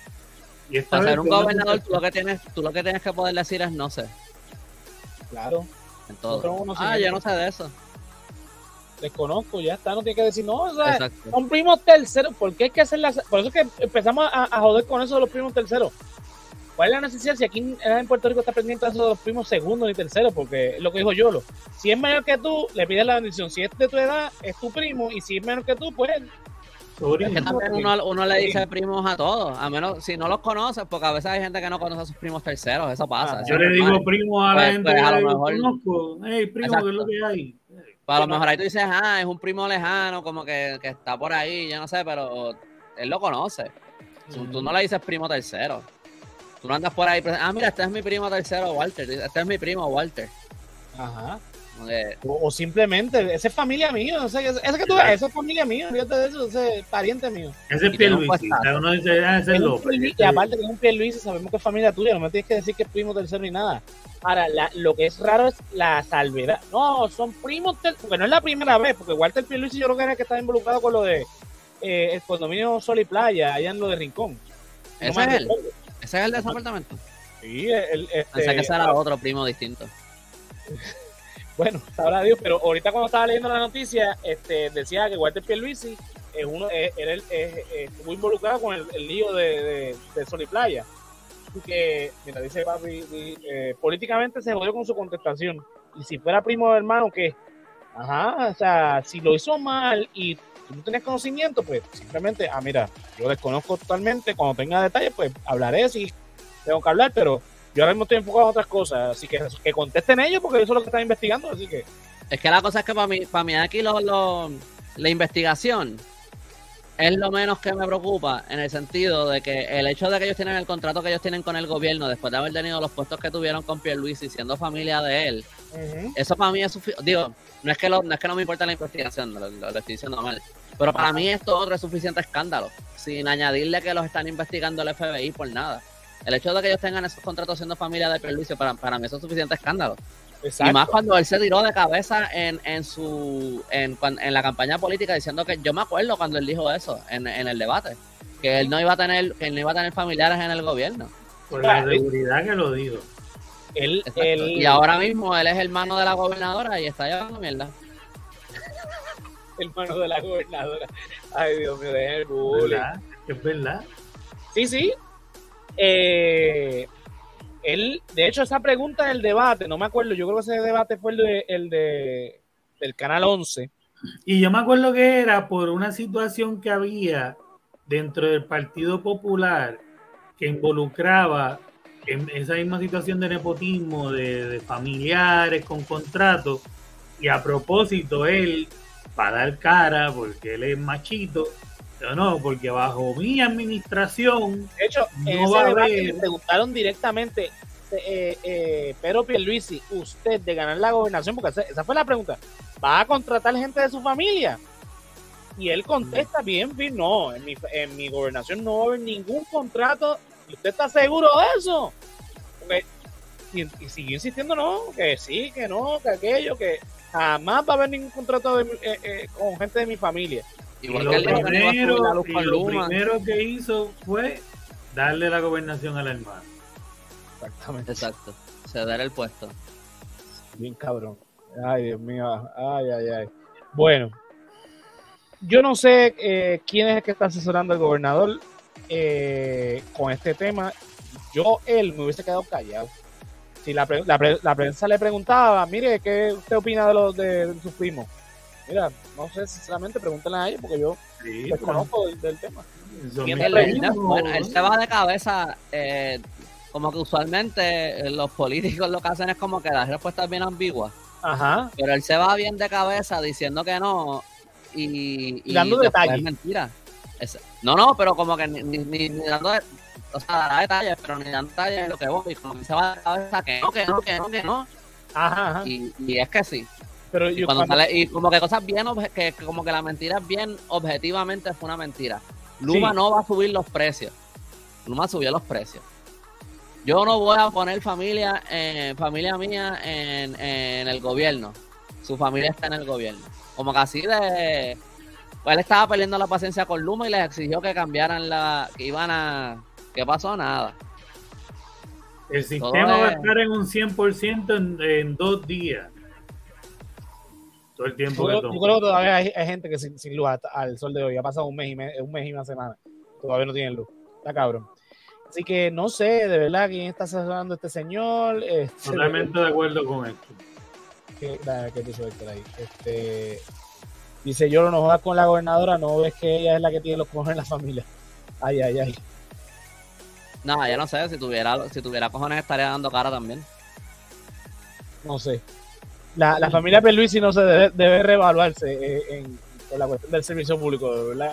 Y esta Para ser un gobernador, tú lo, que tienes, tú lo que tienes que poder decir es no sé. Claro. En todo. No ah, yo no sé de eso. Desconozco, ya está, no tiene que decir, no, o sea, son primos terceros, ¿por qué hay que hacer la... Por eso es que empezamos a, a joder con eso de los primos terceros. ¿Cuál es la necesidad? Si aquí en Puerto Rico está pendiente de eso de los primos segundos y terceros, porque es lo que dijo Yolo. Si es mayor que tú, le pides la bendición. Si es de tu edad, es tu primo, y si es menor que tú, pues... Es que también uno, uno le dice primos a todos, a menos si no los conoces, porque a veces hay gente que no conoce a sus primos terceros, eso pasa. Ah, eso yo le digo primos a la pues, gente pues, a que lo mejor, conozco. Hey, primo, ¿qué es lo que hay? Pues a lo mejor ahí tú dices, ah, es un primo lejano, como que, que está por ahí, yo no sé, pero él lo conoce. Mm. Tú no le dices primo tercero. Tú no andas por ahí, ah, mira, este es mi primo tercero, Walter. Este es mi primo, Walter. Ajá. Okay. O, o simplemente, esa es familia mía, no sé, ese, ese que tú ves, esa es familia mía, fíjate de eso, ese es pariente mío. Ese es Pierluisi, uno dice, ah, ese es López. Y aparte que es un Pierluisi, sabemos que es familia tuya, no me tienes que decir que es primo tercero ni nada. Ahora, la, lo que es raro es la salvedad. No, son primos terceros, porque no es la primera vez, porque Walter Pierluisi yo creo que era el que estaba involucrado con lo de eh, el condominio Sol y Playa, allá en lo de Rincón. No ¿Ese es él? ¿Ese es el de ese apartamento? Sí, el... Este, Pensé que ese era otro primo distinto. Bueno, sabrá Dios, pero ahorita cuando estaba leyendo la noticia, este, decía que Walter Pierluisi es uno, es, era el, es, es, estuvo involucrado con el, el lío de, de, de Sol y Playa. Y que, mira, dice papi, eh, políticamente se jodió con su contestación. Y si fuera primo o hermano, ¿qué? Ajá, o sea, si lo hizo mal y tú no tenías conocimiento, pues simplemente, ah, mira, yo desconozco totalmente, cuando tenga detalles, pues hablaré si tengo que hablar, pero yo ahora mismo estoy enfocado en otras cosas, así que que contesten ellos porque eso es lo que están investigando, así que... Es que la cosa es que para mí, para mí aquí lo, lo, la investigación es lo menos que me preocupa, en el sentido de que el hecho de que ellos tienen el contrato que ellos tienen con el gobierno, después de haber tenido los puestos que tuvieron con Pierluisi, siendo familia de él, uh-huh. Eso para mí es suficiente. Digo, no es que lo, no es que no me importa la investigación, lo, lo, lo estoy diciendo mal, pero para mí esto otro es suficiente escándalo, sin añadirle que los están investigando el F B I por nada. El hecho de que ellos tengan esos contratos siendo familia de Pierluisi, para, para mí eso es suficiente escándalo. Exacto. Y más cuando él se tiró de cabeza en, en su en, en la campaña política diciendo que, yo me acuerdo cuando él dijo eso en, en el debate, que él no iba a tener que él no iba a tener familiares en el gobierno. Por la seguridad que lo digo. Él, él... Y ahora mismo él es hermano de la gobernadora y está llevando mierda. Hermano de la gobernadora. Ay, Dios mío, dejen el bullying. ¿Verdad? Es verdad. Sí, sí. Eh, él, de hecho, esa pregunta del debate, no me acuerdo, yo creo que ese debate fue el de, el de del Canal once. Y yo me acuerdo que era por una situación que había dentro del Partido Popular que involucraba en esa misma situación de nepotismo, de, de familiares con contratos, y a propósito él, para dar cara, porque él es machito, pero no, porque bajo mi administración, de hecho, no en ese va debate a haber... le preguntaron directamente, eh, eh, Pedro Pierluisi, usted de ganar la gobernación, porque esa, esa fue la pregunta, ¿va a contratar gente de su familia? Y él contesta bien, bien, no, en mi, en mi gobernación no va a haber ningún contrato. ¿Y usted está seguro de eso? Porque, y, y siguió insistiendo, no, que sí, que no, que aquello, que jamás va a haber ningún contrato de, eh, eh, con gente de mi familia. Igual y lo, que primero, y lo primero que hizo fue darle la gobernación al hermano. Exactamente. Exacto. Ceder el puesto. Bien cabrón. Ay, Dios mío. Ay, ay, ay. Bueno, yo no sé eh, quién es el que está asesorando al gobernador eh, con este tema. Yo, él, me hubiese quedado callado. Si la, pre la, pre la prensa le preguntaba, mire, ¿qué usted opina de los de, de sus primos? Mira, no sé, sinceramente, pregúntenle a ellos porque yo sí, desconozco del, del tema. Él, él, bueno, él se va de cabeza, eh, como que usualmente los políticos lo que hacen es como que las respuestas bien ambiguas. Ajá. Pero él se va bien de cabeza diciendo que no y, y dando detalles. Es mentira. Es, no, no, pero como que ni, ni, ni, ni dando, o sea, dará detalles, pero ni dando detalles en lo que voy. Y como que se va de cabeza que no, que no, que no, que no. Ajá, ajá. Y, y es que sí. Pero y, yo, cuando cuando... sale, y como que cosas bien, que como que la mentira es bien objetivamente fue una mentira. Luma sí. no va a subir los precios. Luma subió los precios. Yo no voy a poner familia eh, familia mía en, en el gobierno. Su familia está en el gobierno. Como que así de... Pues él estaba perdiendo la paciencia con Luma y les exigió que cambiaran la... que iban a... ¿Qué pasó? Nada. El sistema Todo va a estar en un cien por ciento en, en dos días. Todo el tiempo yo, que toma. Yo creo que todavía hay, hay gente que sin, sin luz hasta, al sol de hoy. Ha pasado un mes, y me, un mes y una semana. Todavía no tienen luz. Está cabrón. Así que no sé, de verdad, quién está asesorando a este señor. Este, Totalmente de acuerdo con esto. ¿Qué, ¿qué puso Héctor ahí? Este, dice, yo no jodas con la gobernadora, no ves que ella es la que tiene los cojones en la familia. Ay, ay, ay. No, ya no sé, si tuviera, si tuviera cojones estaría dando cara también. No sé. La, la familia Pierluisi no se debe, debe reevaluarse eh, en, en la cuestión del servicio público, de verdad.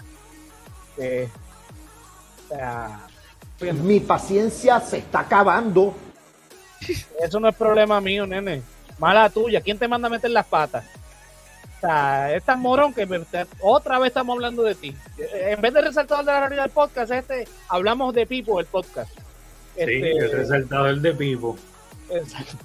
Eh, o sea... Mi paciencia se está acabando. Eso no es problema mío, nene. Mala tuya. ¿Quién te manda a meter las patas? O sea, es tan morón que te, otra vez estamos hablando de ti. En vez de resaltador de la realidad del podcast, este, hablamos de Pipo, el podcast. Sí, este, el resaltador de Pipo. Exacto.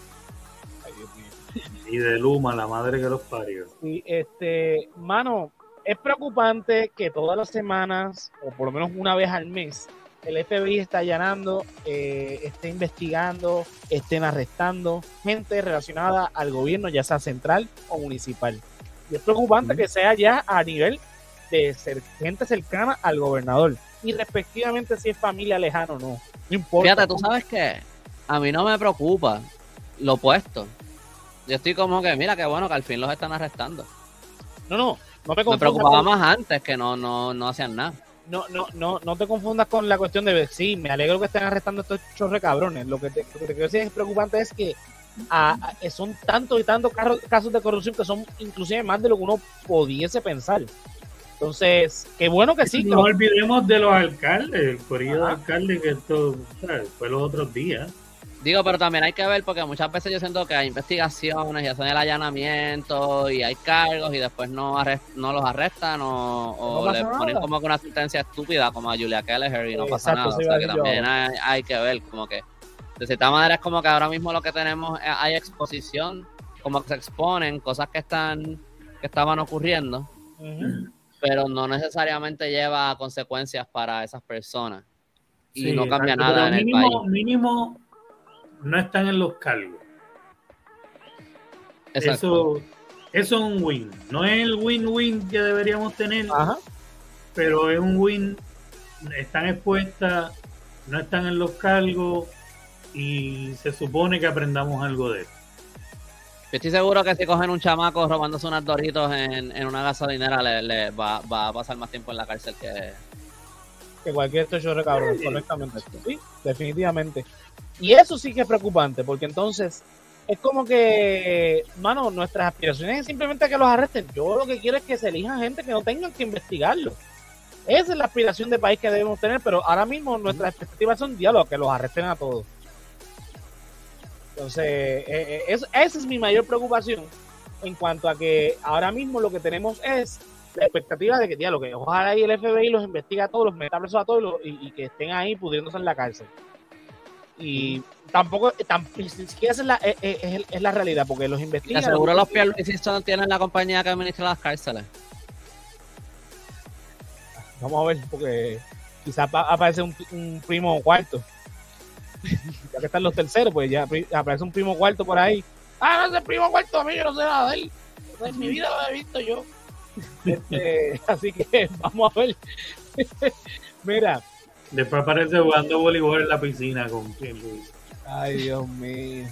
Ay, Dios mío. Y de Luma, la madre que los parió. Sí, este, mano, es preocupante que todas las semanas, o por lo menos una vez al mes, el F B I está allanando, eh, esté investigando, estén arrestando gente relacionada al gobierno, ya sea central o municipal. Y es preocupante mm. que sea ya a nivel de ser gente cercana al gobernador. Y respectivamente si es familia lejana o no. No importa. Fíjate, tú sabes que a mí no me preocupa lo opuesto. Yo estoy como que, mira, qué bueno que al fin los están arrestando. No, no, no me Me preocupaba con... más antes que no, no, no hacían nada. No, no, no, no te confundas con la cuestión de sí, me alegro que estén arrestando a estos chorre cabrones. Lo que te, lo que te quiero decir es preocupante es que a, a, son tantos y tantos casos de corrupción que son inclusive más de lo que uno pudiese pensar. Entonces, qué bueno que sí. No que... olvidemos de los alcaldes, el corillo de alcaldes que esto, ¿sabes? Fue los otros días. Digo, pero también hay que ver, porque muchas veces yo siento que hay investigaciones y hacen el allanamiento y hay cargos y después no arrest, no los arrestan o, o no le ponen nada. Como que una sentencia estúpida como a Julia Kelleher y no Exacto, pasa nada. O sea que también hay, hay que ver, como que de cierta manera es como que ahora mismo lo que tenemos es, hay exposición, como que se exponen cosas que están que estaban ocurriendo, uh-huh. pero no necesariamente lleva a consecuencias para esas personas y sí, no cambia exacto, nada en mínimo, el país. Mínimo no están en los cargos. Exacto. Eso, eso es un win. No es el win-win que deberíamos tener, Ajá. pero es un win. Están expuestas, no están en los cargos y se supone que aprendamos algo de eso. Yo estoy seguro que si cogen un chamaco robándose unos doritos en, en una gasolinera, le, le va, va a pasar más tiempo en la cárcel que... que cualquier chorre cabrón, sí. Correctamente. Sí, definitivamente. Y eso sí que es preocupante, porque entonces es como que, mano, nuestras aspiraciones es simplemente que los arresten. Yo lo que quiero es que se elijan gente que no tengan que investigarlo. Esa es la aspiración de país que debemos tener, pero ahora mismo nuestras expectativas son diálogo, que los arresten a todos. Entonces, eh, es, esa es mi mayor preocupación en cuanto a que ahora mismo lo que tenemos es la expectativa de que, diablo, que ojalá y el F B I los investiga a todos, los meta presos a todos los, y, y que estén ahí pudriéndose en la cárcel. Y tampoco, tam, ni siquiera es la, es, es, es la realidad, porque los investigan. Te aseguro los Pierluisi tienen la compañía que administra las cárceles. Vamos a ver, porque quizás aparece un, un primo cuarto. Ya que están los terceros, pues ya aparece un primo cuarto por ahí. Ah, no, ese primo cuarto a mí, yo no sé nada de él. En mi vida lo he visto yo. Este, así que vamos a ver. Mira. Después aparece jugando voleibol en la piscina con Pierluisi. Ay, Dios mío.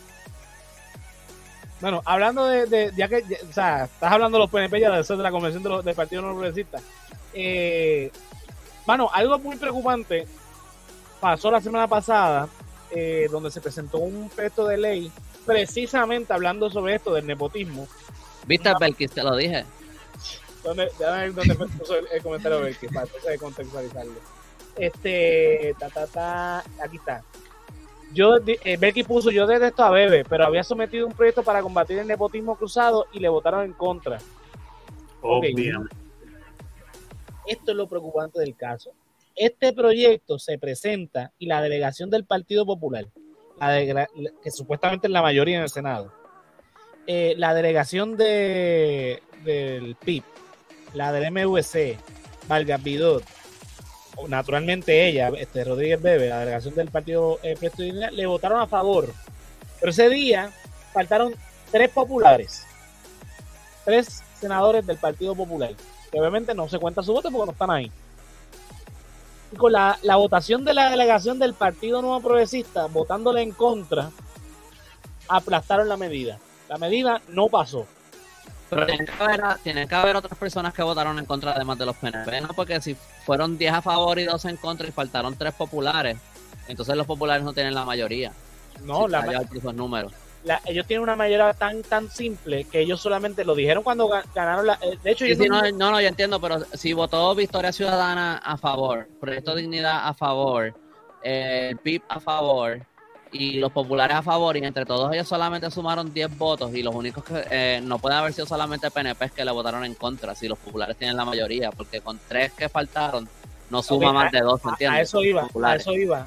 Bueno, hablando de, de ya que, ya, o sea, estás hablando de los P N P ya de eso de la convención de los, del Partido No Progresista. Eh, bueno, algo muy preocupante pasó la semana pasada, eh, donde se presentó un proyecto de ley precisamente hablando sobre esto del nepotismo. ¿Viste, ah, Belkis? Te lo dije. ¿Dónde, dónde puso el, el comentario de Belkis? Para entonces contextualizarlo. Este, ta, ta, ta, aquí está. Yo, eh, Belkis puso, yo detesto a Bebe, pero había sometido un proyecto para combatir el nepotismo cruzado y le votaron en contra. Obviamente. Okay. Esto es lo preocupante del caso. Este proyecto se presenta y la delegación del Partido Popular, la de, que supuestamente es la mayoría en el Senado, eh, la delegación de, del P I B, la del M V C, Vargas Vidot, naturalmente ella, este, Rodríguez Bebe, la delegación del Partido eh, Proyecto de Dignidad, le votaron a favor. Pero ese día faltaron tres populares, tres senadores del Partido Popular, que obviamente no se cuenta su voto porque no están ahí. Y con la, la votación de la delegación del Partido Nuevo Progresista votándole en contra, aplastaron la medida. La medida no pasó. Pero tienen que haber, tienen que haber otras personas que votaron en contra además de los P N P, ¿no? Porque si fueron diez a favor y dos en contra y faltaron tres populares, entonces los populares no tienen la mayoría. No, si la esos números. La, ellos tienen una mayoría tan tan simple que ellos solamente lo dijeron cuando ganaron la, de hecho sí, yo sí, no, no, no, no, yo entiendo, pero si votó Victoria Ciudadana a favor, Proyecto Dignidad a favor, eh, el P I B a favor y los populares a favor, y entre todos ellos solamente sumaron diez votos, y los únicos que eh, no puede haber sido solamente P N P que le votaron en contra, si los populares tienen la mayoría, porque con tres que faltaron no suma okay, más de dos, ¿entiendes? A eso iba, a eso iba.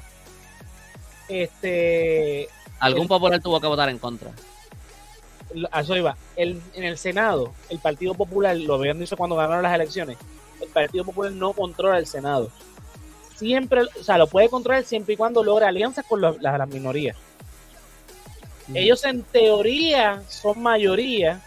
Este Algún el, popular tuvo que votar en contra. A eso iba. El, en el Senado, el Partido Popular, lo habían dicho cuando ganaron las elecciones, el Partido Popular no controla el Senado. Siempre, o sea, lo puede controlar siempre y cuando logre alianzas con los, las, las minorías. Mm. Ellos en teoría son mayoría,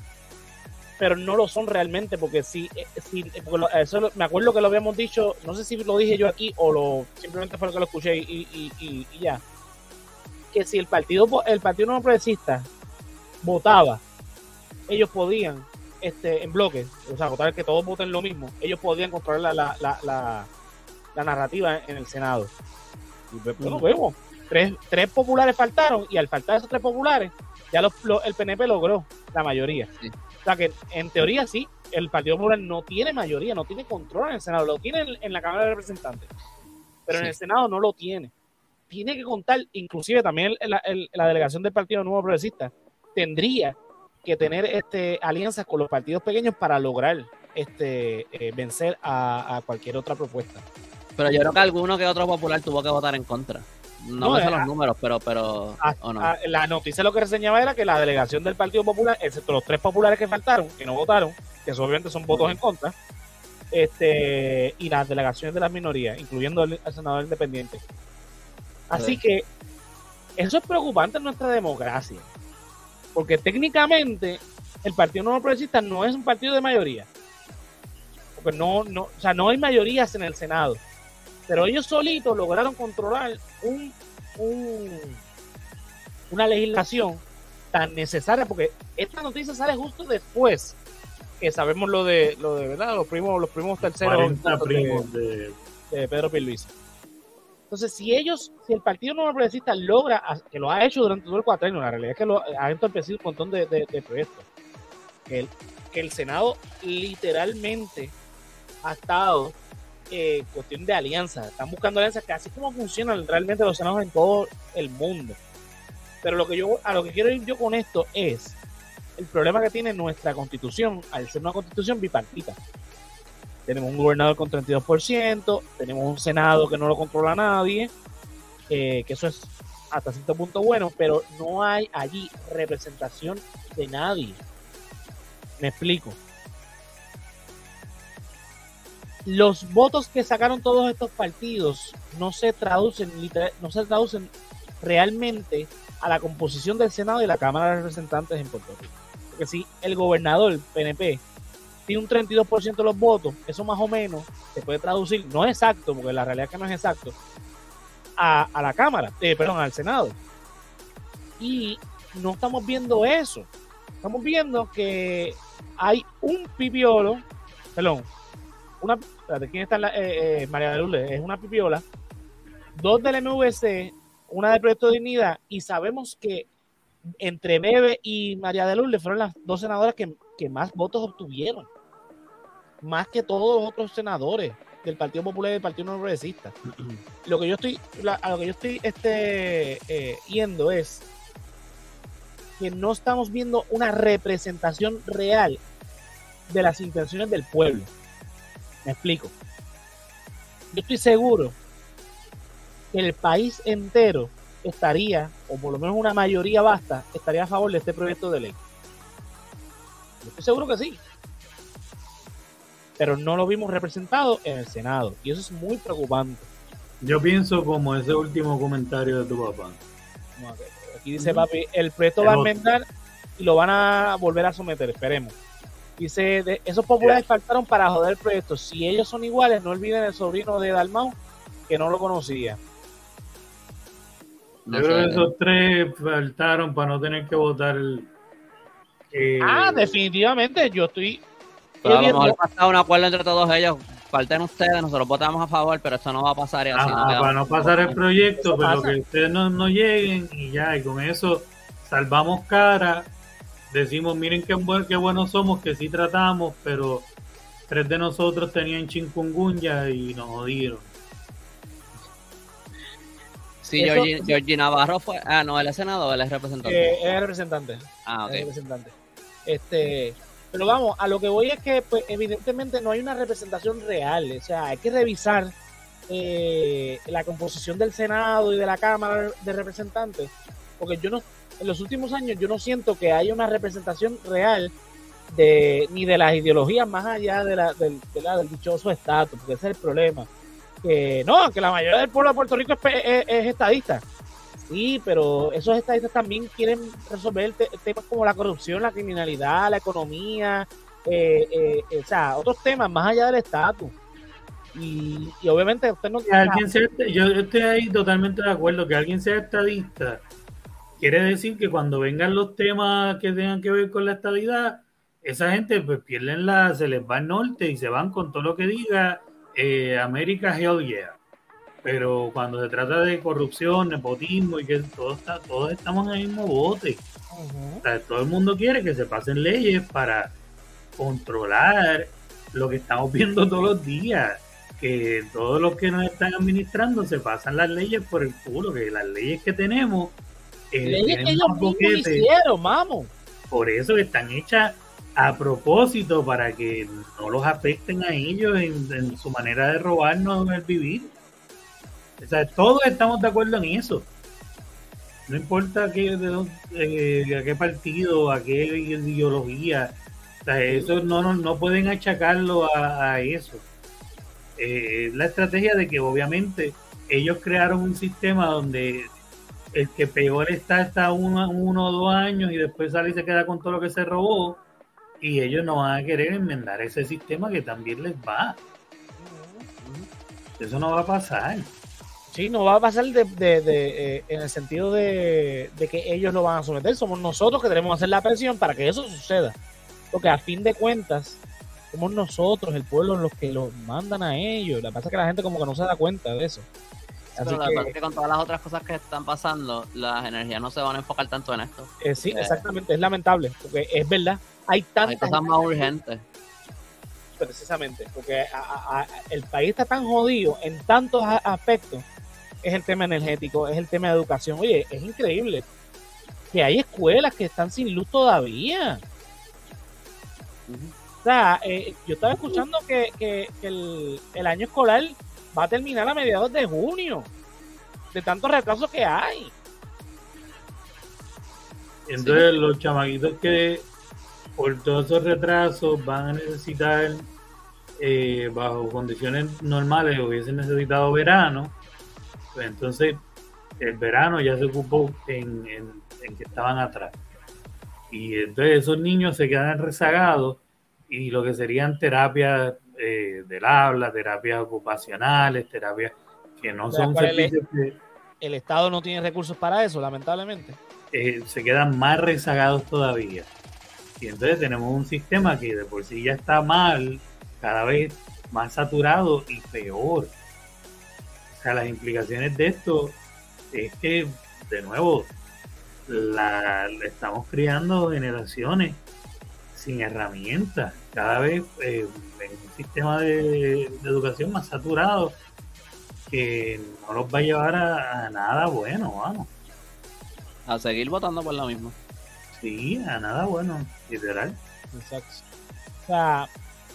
pero no lo son realmente, porque si, si porque lo, eso lo, me acuerdo que lo habíamos dicho, no sé si lo dije yo aquí o lo simplemente fue lo que lo escuché y, y, y, y ya. Que si el partido el partido no progresista votaba, ellos podían este en bloque, o sea, votar que todos voten lo mismo, ellos podían controlar la, la, la, la, la narrativa en el Senado. Y bueno, vemos, tres, tres populares faltaron, y al faltar esos tres populares, ya los, los, el P N P logró la mayoría. Sí. O sea que en teoría sí, el Partido Popular no tiene mayoría, no tiene control en el Senado, lo tiene en, en la Cámara de Representantes, pero sí, en el Senado no lo tiene. Tiene que contar, inclusive también el, el, la delegación del Partido Nuevo Progresista tendría que tener este, alianzas con los partidos pequeños para lograr este, eh, vencer a, a cualquier otra propuesta. Pero yo creo que alguno que otro popular tuvo que votar en contra. No, no me sé los números, pero... pero a, ¿o no? a, la noticia lo que reseñaba era que la delegación del Partido Popular, excepto los tres populares que faltaron, que no votaron, que obviamente son votos en contra, este y las delegaciones de las minorías, incluyendo el, el senador independiente. Así sí. que eso es preocupante en nuestra democracia, porque técnicamente el Partido Nuevo Progresista no es un partido de mayoría, porque no, no, o sea, no hay mayorías en el Senado, pero ellos solitos lograron controlar un, un una legislación tan necesaria, porque esta noticia sale justo después que sabemos lo de lo de verdad los primos los primos terceros primos de, de... de Pedro Pierluisi. Entonces, si ellos, si el Partido Nuevo Progresista logra, que lo ha hecho durante todo el cuatrenio, la realidad es que lo, ha empezado un montón de, de, de proyectos, que el, que el Senado literalmente ha estado eh, cuestión de alianzas, están buscando alianzas, que así como funcionan realmente los senados en todo el mundo. Pero lo que yo, a lo que quiero ir yo con esto es el problema que tiene nuestra constitución, al ser una constitución bipartita. Tenemos un gobernador con treinta y dos por ciento, tenemos un senado que no lo controla nadie, eh, que eso es hasta cierto punto bueno, pero no hay allí representación de nadie. Me explico. Los votos que sacaron todos estos partidos no se traducen literal, no se traducen realmente a la composición del Senado y la Cámara de Representantes en Puerto Rico. Porque si el gobernador, el P N P, tiene un treinta y dos por ciento de los votos, eso más o menos se puede traducir, no es exacto, porque la realidad es que no es exacto, a, a la Cámara, eh, perdón, al Senado. Y no estamos viendo eso. Estamos viendo que hay un pipiolo, perdón, una, espérate, ¿quién está en la, eh, eh, María de Lourdes? Es una pipiola, dos del M V C, una del Proyecto de Dignidad, y sabemos que entre Bebe y María de Lourdes fueron las dos senadoras que, que más votos obtuvieron, más que todos los otros senadores del Partido Popular y del Partido No Progresista. Lo que yo estoy, la, a lo que yo estoy este, eh, yendo es que no estamos viendo una representación real de las intenciones del pueblo. Me explico. Yo estoy seguro que el país entero estaría, o por lo menos una mayoría vasta, estaría a favor de este proyecto de ley. Yo estoy seguro que sí. Pero no lo vimos representado en el Senado. Y eso es muy preocupante. Yo pienso como ese último comentario de tu papá. Aquí dice, papi, el proyecto va a enmendar y lo van a volver a someter, esperemos. Dice, de, esos populares faltaron para joder el proyecto. Si ellos son iguales, no olviden el sobrino de Dalmau, que no lo conocía. Yo creo que esos tres faltaron para no tener que votar el... Eh... Ah, definitivamente, yo estoy... Pero a lo mejor pasado un acuerdo entre todos ellos. Falten ustedes, nosotros votamos a favor, pero esto no va a pasar. Y así ah, no para no pasar el proyecto, pero que ustedes no, no lleguen y ya, y con eso salvamos cara. Decimos, miren qué, qué buenos somos, que sí tratamos, pero tres de nosotros tenían chikungunya y nos jodieron. Sí, eso, Georgie, Georgie Navarro fue... Ah, no, él es senador, él es representante. Eh, él es representante. Ah, ok. Es representante. Este... Pero vamos, a lo que voy es que pues, evidentemente no hay una representación real. O sea, hay que revisar eh, la composición del Senado y de la Cámara de Representantes, porque yo no, en los últimos años yo no siento que haya una representación real de ni de las ideologías más allá de la, del, de la, del dichoso estatus, porque ese es el problema. Que no, que la mayoría del pueblo de Puerto Rico es, es, es estadista. Sí, pero esos estadistas también quieren resolver te temas como la corrupción, la criminalidad, la economía, eh, eh, eh, o sea, otros temas más allá del estatus. Y, y obviamente usted no... Que alguien sea, yo estoy ahí totalmente de acuerdo, que alguien sea estadista quiere decir que cuando vengan los temas que tengan que ver con la estadidad, esa gente pues pierden la, se les va al norte y se van con todo lo que diga eh, América Hell Yeah. Pero cuando se trata de corrupción, nepotismo y que todos, está, todos estamos en el mismo bote. Uh-huh. O sea, todo el mundo quiere que se pasen leyes para controlar lo que estamos viendo todos los días, que todos los que nos están administrando se pasan las leyes por el culo, que las leyes que tenemos eh, leyes que ellos mismos hicieron, vamos. Por eso están hechas a propósito, para que no los afecten a ellos en, en su manera de robarnos el vivir. O sea, todos estamos de acuerdo en eso. No importa qué, de, eh, a qué partido, a qué ideología. O sea, eso no, no, no pueden achacarlo a, a eso. Eh, la estrategia de que obviamente ellos crearon un sistema donde el que peor está está uno, uno o dos años y después sale y se queda con todo lo que se robó, y ellos no van a querer enmendar ese sistema que también les va. Eso no va a pasar. Sí, no va a pasar de, de, de, eh, en el sentido de, de que ellos lo van a someter. Somos nosotros que tenemos que hacer la presión para que eso suceda. Porque a fin de cuentas, somos nosotros, el pueblo, los que los mandan a ellos. Lo que pasa es que la gente como que no se da cuenta de eso. Así Pero que, la verdad es que con todas las otras cosas que están pasando, las energías no se van a enfocar tanto en esto. Eh, sí, eh, exactamente, es lamentable, porque es verdad, hay tantas... Hay cosas más urgentes. Precisamente, porque a, a, a, el país está tan jodido en tantos aspectos. Es el tema energético, es el tema de educación. Oye, es increíble. que hay escuelas que están sin luz todavía. Uh-huh. O sea, eh, yo estaba escuchando que, que, que el, el año escolar va a terminar a mediados de junio, de tantos retrasos que hay. Entonces sí, los chamaquitos que por todos esos retrasos van a necesitar, eh, bajo condiciones normales, hubiesen necesitado verano, pues entonces el verano ya se ocupó en, en, en que estaban atrás. Y entonces esos niños se quedan rezagados y lo que serían terapias eh, del habla, terapias ocupacionales, terapias que no son servicios el, que... El Estado no tiene recursos para eso, lamentablemente. Eh, se quedan más rezagados todavía. Y entonces tenemos un sistema que de por sí ya está mal, cada vez más saturado y peor. O sea, las implicaciones de esto es que, de nuevo, la, estamos criando generaciones sin herramientas, cada vez eh, en un sistema de, de educación más saturado que no los va a llevar a, a nada bueno, vamos. A seguir votando por lo mismo. Sí, a nada bueno, literal. Exacto. O sea,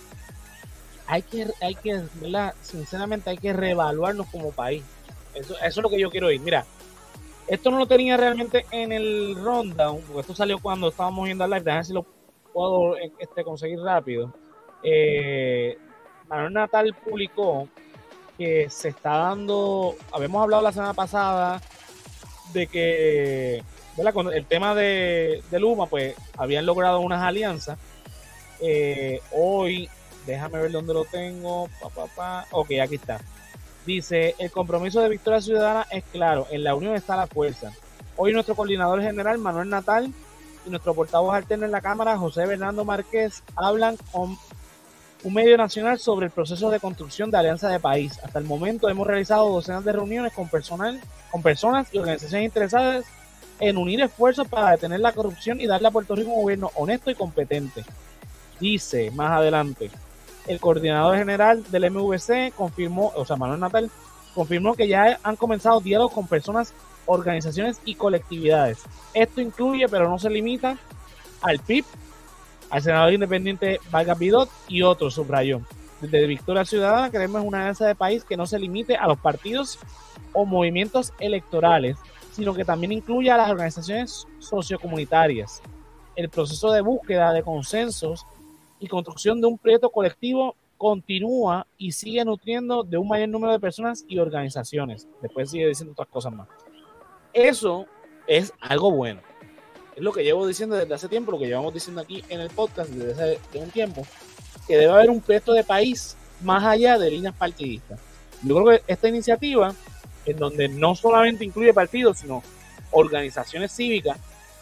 hay que, hay que, ¿verdad? Sinceramente hay que reevaluarnos como país. Eso, eso es lo que yo quiero ir. Mira, esto no lo tenía realmente en el rundown, porque esto salió cuando estábamos viendo el live. Déjame ver si lo puedo este, conseguir rápido. Eh, Manuel Natal publicó que se está dando, habíamos hablado la semana pasada de que, ¿verdad? Con el tema de, de Luma, pues habían logrado unas alianzas. Eh, hoy, déjame ver dónde lo tengo. Pa, pa, pa. Ok, aquí está. Dice, el compromiso de Victoria Ciudadana es claro, en la unión está la fuerza. Hoy nuestro coordinador general, Manuel Natal, y nuestro portavoz alterno en la Cámara, José Bernardo Márquez, hablan con un medio nacional sobre el proceso de construcción de alianza de país. Hasta el momento hemos realizado docenas de reuniones con personal, con personas y organizaciones interesadas en unir esfuerzos para detener la corrupción y darle a Puerto Rico un gobierno honesto y competente. Dice más adelante, el coordinador general del M V C confirmó, o sea, Manuel Natal, confirmó que ya han comenzado diálogos con personas, organizaciones y colectividades. Esto incluye, pero no se limita, al P I B, al senador independiente Vargas Vidot y otros, subrayó. Desde Victoria Ciudadana queremos una alianza de país que no se limite a los partidos o movimientos electorales, sino que también incluya a las organizaciones sociocomunitarias. El proceso de búsqueda de consensos y construcción de un proyecto colectivo continúa y sigue nutriendo de un mayor número de personas y organizaciones. Después sigue diciendo otras cosas más. Eso es algo bueno. Es lo que llevo diciendo desde hace tiempo, lo que llevamos diciendo aquí en el podcast desde hace de un tiempo, que debe haber un proyecto de país más allá de líneas partidistas. Yo creo que esta iniciativa, en donde no solamente incluye partidos, sino organizaciones cívicas,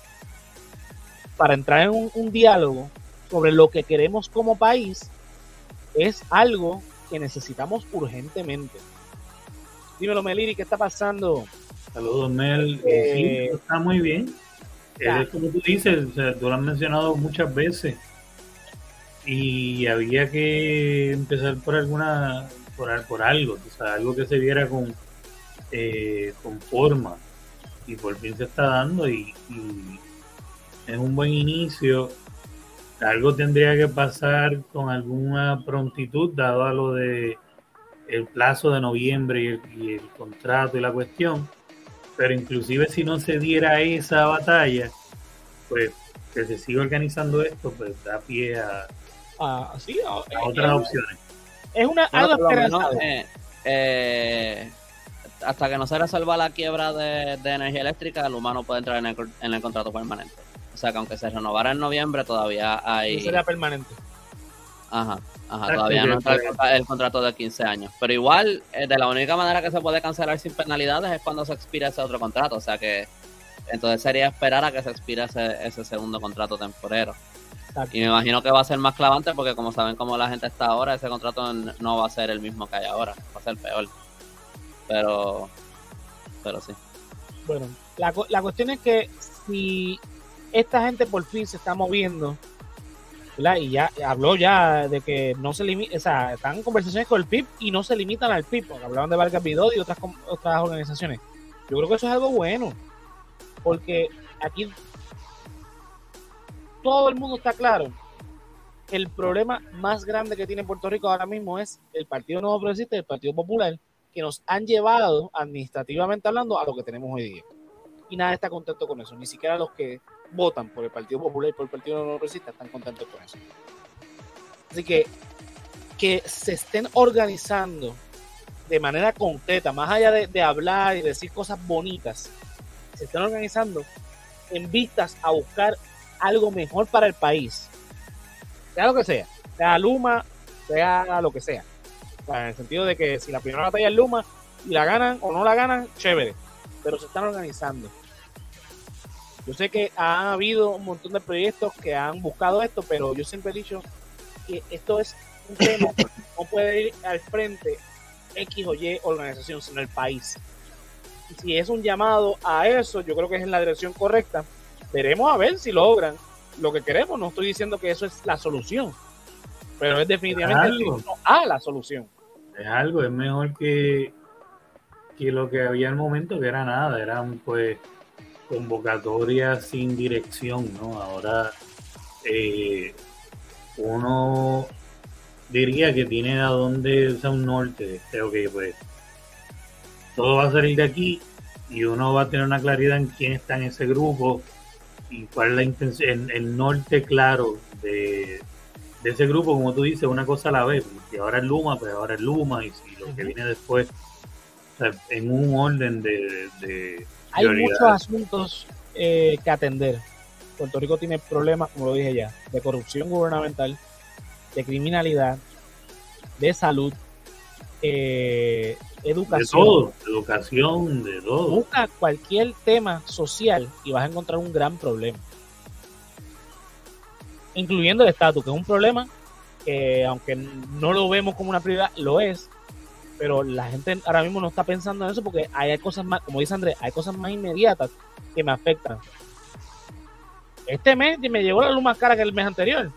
para entrar en un, un diálogo sobre lo que queremos como país, es algo que necesitamos urgentemente. Dímelo, Meliri, ¿qué está pasando? Saludos, Mel. Eh, sí, está muy bien. Es como tú dices, o sea, tú lo has mencionado muchas veces y había que empezar por alguna, por, por algo, o sea, algo que se viera con, eh, con forma, y por fin se está dando y, y es un buen inicio. Algo tendría que pasar con alguna prontitud, dado a lo de el plazo de noviembre y el, y el contrato y la cuestión. Pero inclusive si no se diera esa batalla, pues que se siga organizando esto, pues da pie a, ah, sí, a, a otras es, opciones. Es una bueno, algo esperanzador. Eh, eh, hasta que no se resuelva la quiebra de, de energía eléctrica, el humano puede entrar en el, en el contrato permanente. O sea que aunque se renovara en noviembre, todavía hay... No sería permanente. Ajá, ajá, todavía no entra el, el contrato de quince años. Pero igual, eh, de la única manera que se puede cancelar sin penalidades es cuando se expira ese otro contrato. O sea que entonces sería esperar a que se expire ese, ese segundo contrato temporero. Exacto. Y me imagino que va a ser más clavante porque como saben cómo la gente está ahora, ese contrato no va a ser el mismo que hay ahora. Va a ser peor. Pero, pero sí. Bueno, la, la cuestión es que si esta gente por fin se está moviendo, ¿verdad? Y ya habló ya de que no se limita, o sea, están en conversaciones con el P I B y no se limitan al P I B, porque hablaban de Vargas Vidot y otras, otras organizaciones. Yo creo que eso es algo bueno, porque aquí todo el mundo está claro. El problema más grande que tiene Puerto Rico ahora mismo es el Partido Nuevo Progresista y el Partido Popular, que nos han llevado administrativamente hablando a lo que tenemos hoy día. Y nadie está contento con eso, ni siquiera los que votan por el Partido Popular y por el Partido Nuevo Progresista están contentos con eso. Así que que se estén organizando de manera concreta, más allá de, de hablar y decir cosas bonitas, se estén organizando en vistas a buscar algo mejor para el país, sea lo que sea, sea Luma, sea lo que sea. O sea, en el sentido de que si la primera batalla es Luma y la ganan o no la ganan, chévere, pero se están organizando. Yo sé que ha habido un montón de proyectos que han buscado esto, pero yo siempre he dicho que esto es un tema que no puede ir al frente X o Y organización, sino el país. Y si es un llamado a eso, yo creo que es en la dirección correcta. Veremos a ver si logran lo que queremos. No estoy diciendo que eso es la solución, pero es definitivamente es algo. a la solución. Es algo, es mejor que, que lo que había al momento, que era nada, eran pues convocatorias sin dirección, ¿no? Ahora eh, uno diría que tiene a dónde, o sea, un norte. Creo que pues todo va a salir de aquí y uno va a tener una claridad en quién está en ese grupo y cuál es la intención, el, el norte claro de, de ese grupo, como tú dices, una cosa a la vez. Si ahora es Luma, pues ahora es Luma, y si lo uh-huh. que viene después, o sea, en un orden de, de hay muchos asuntos eh, que atender. Puerto Rico tiene problemas, como lo dije ya, de corrupción gubernamental, de criminalidad, de salud, eh, educación. De todo, educación, de todo. Busca cualquier tema social y vas a encontrar un gran problema. Incluyendo el estatus, que es un problema que, aunque no lo vemos como una prioridad, lo es. Pero la gente ahora mismo no está pensando en eso porque hay cosas más, como dice Andrés, hay cosas más inmediatas que me afectan. Este mes me llegó la luz más cara que el mes anterior.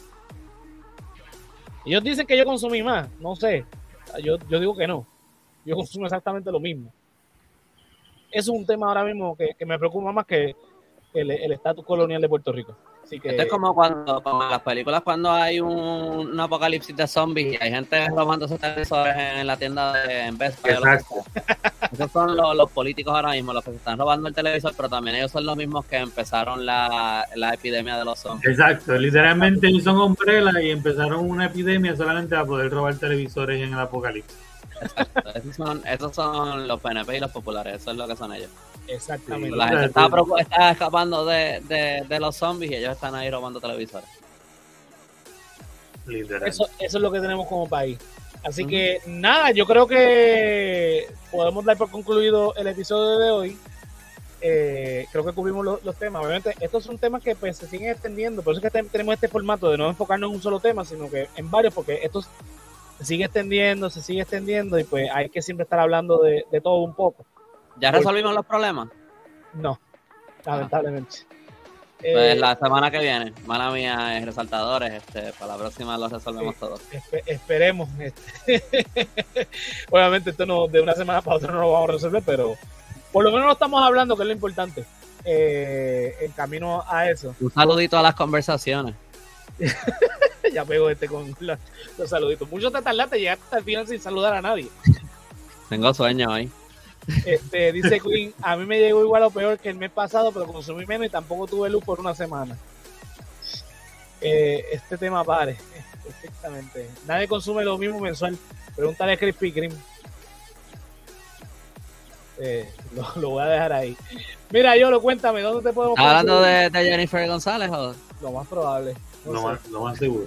Ellos dicen que yo consumí más, no sé. Yo, yo digo que no. Yo consumo exactamente lo mismo. Eso es un tema ahora mismo que, que me preocupa más que el estatus colonial de Puerto Rico. Así que... Esto es como cuando, como en las películas, cuando hay un, un apocalipsis de zombies y hay gente robando sus televisores en la tienda de en Best Buy. Exacto. Esos son los, los políticos ahora mismo, los que se están robando el televisor, pero también ellos son los mismos que empezaron la, la epidemia de los zombies. Exacto, literalmente ellos son Umbrella y empezaron una epidemia solamente para poder robar televisores en el apocalipsis. Exacto. Esos son, esos son los P N P y los populares, eso es lo que son ellos. Exactamente. La gente está, está escapando de, de, de los zombies y ellos están ahí robando televisores. Eso, eso es lo que tenemos como país. Así uh-huh. que nada, yo creo que podemos dar por concluido el episodio de hoy. Eh, creo que cubrimos los, los temas. Obviamente, estos son temas que pues, se siguen extendiendo. Por eso es que tenemos este formato de no enfocarnos en un solo tema, sino que en varios, porque esto se sigue extendiendo, se sigue extendiendo y pues hay que siempre estar hablando de, de todo un poco. ¿Ya resolvimos los problemas? No, lamentablemente. Pues eh, la semana que viene, mala mía, es resaltadores, este, para la próxima los resolvemos eh, todos. Espe- esperemos. Este. Obviamente esto no, de una semana para otra no lo vamos a resolver, pero por lo menos lo estamos hablando, que es lo importante, eh, en camino a eso. Un saludito a las conversaciones. Ya pego este con la, los saluditos. Mucho te tardaste, llegaste hasta el final sin saludar a nadie. Tengo sueño hoy. Este, dice Queen, a mí me llegó igual o peor que el mes pasado, pero consumí menos y tampoco tuve luz por una semana. Eh, este tema pare, perfectamente. Nadie consume lo mismo mensual. Pregúntale a Krispy Kreme. Eh, lo, lo voy a dejar ahí. Mira, Yolo, cuéntame, ¿dónde te podemos ¿Estás hablando de, de Jennifer González o? Lo más probable. No lo, sé. más, lo más seguro.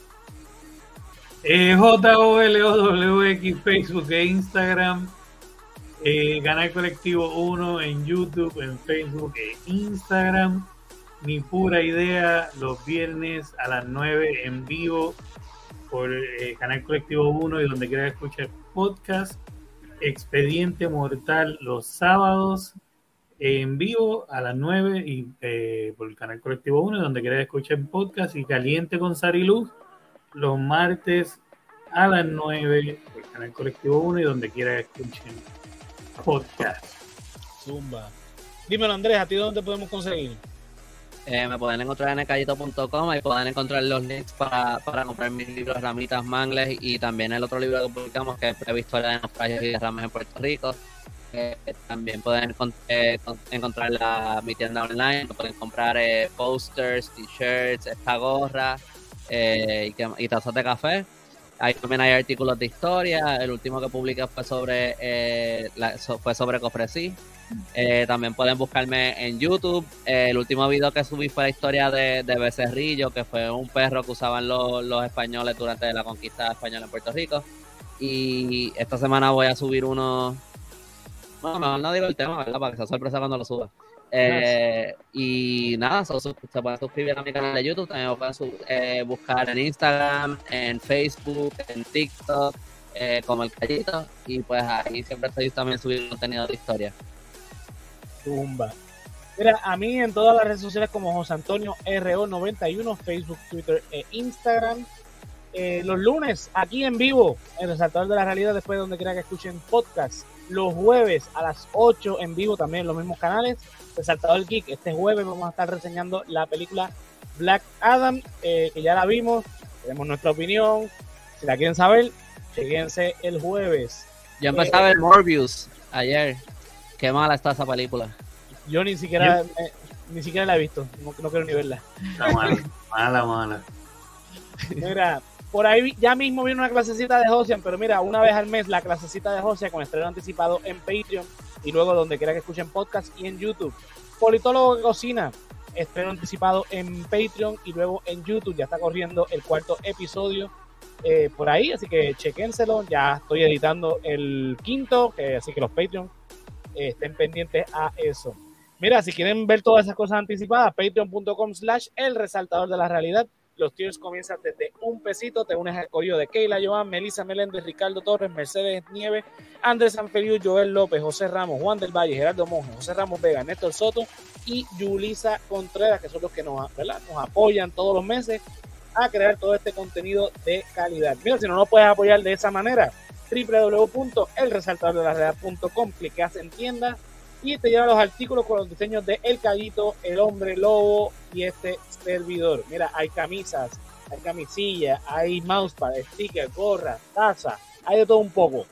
Eh, J O L O W X, Facebook e Instagram. Eh, Canal Colectivo uno en YouTube, en Facebook e Instagram. Mi pura idea, los viernes a las nueve en vivo por eh, Canal Colectivo uno y donde quiera escuchar podcast. Expediente Mortal los sábados en vivo a las nueve y eh, por el Canal Colectivo uno y donde quiera escuchar podcast. Y Caliente con Sariluz los martes a las nueve por el Canal Colectivo uno y donde quiera escuchen podcast. Zumba. Dímelo, Andrés, ¿a ti dónde podemos conseguir? Eh, me pueden encontrar en el callito punto com y pueden encontrar los links para, para comprar mis libros Ramitas Mangles y también el otro libro que publicamos que es Prehistoria de naufragios y derrames en Puerto Rico. Eh, también pueden eh, encontrar la, mi tienda online, pueden comprar eh, posters, t-shirts, esta gorra eh, y, que, y tazas de café. Ahí también hay artículos de historia. El último que publiqué fue sobre eh, la, so, fue sobre Cofresí. Eh, también pueden buscarme en YouTube. Eh, el último video que subí fue la historia de, de Becerrillo, que fue un perro que usaban los, los españoles durante la conquista española en Puerto Rico. Y esta semana voy a subir uno. Bueno, mejor no digo el tema, ¿verdad? Para que sea sorpresa cuando lo suba. Eh, y nada, so, so, se pueden suscribir a mi canal de YouTube. También me pueden sub, eh, buscar en Instagram, en Facebook, en TikTok, eh, como El Callito. Y pues ahí siempre estoy también subiendo contenido de historia. Tumba. Mira, a mí en todas las redes sociales como José Antonio R O noventa y uno, Facebook, Twitter e Instagram. Eh, los lunes aquí en vivo, el Resaltador de la Realidad, después de donde quiera que escuchen podcast. Los jueves a las ocho en vivo también en los mismos canales. Resaltador Geek, este jueves vamos a estar reseñando la película Black Adam, eh, que ya la vimos, tenemos nuestra opinión. Si la quieren saber, chequense el jueves. Yo empecé eh, a ver Morbius ayer. Qué mala está esa película. Yo ni siquiera eh, ni siquiera la he visto, no, no quiero ni verla. Está mala, mala, mala. Mira, por ahí ya mismo viene una clasecita de Josian, pero mira, una vez al mes la clasecita de Josian con estreno anticipado en Patreon y luego donde quiera que escuchen podcast y en YouTube. Politólogo que cocina, estreno anticipado en Patreon y luego en YouTube. Ya está corriendo el cuarto episodio eh, por ahí, así que chequénselo. Ya estoy editando el quinto, eh, así que los Patreon eh, estén pendientes a eso. Mira, si quieren ver todas esas cosas anticipadas, patreon punto com slash el resaltador de la realidad. Los tiers comienzan desde un pesito. Te unes al corillo de Keila Joan, Melissa Meléndez, Ricardo Torres, Mercedes Nieves, Andrés Sanfeliu, Joel López, José Ramos, Juan del Valle, Gerardo Monge, José Ramos Vega, Néstor Soto y Yulisa Contreras, que son los que nos, ¿verdad? nos apoyan todos los meses a crear todo este contenido de calidad. Mira, si no nos puedes apoyar de esa manera, doble u doble u doble u punto el resaltador de la realidad punto com, clicas en tienda y te llevan los artículos con los diseños de El Callito, El Hombre Lobo y este servidor. Mira, hay camisas, hay camisillas, hay mousepad, stickers, gorras, taza, hay de todo un poco.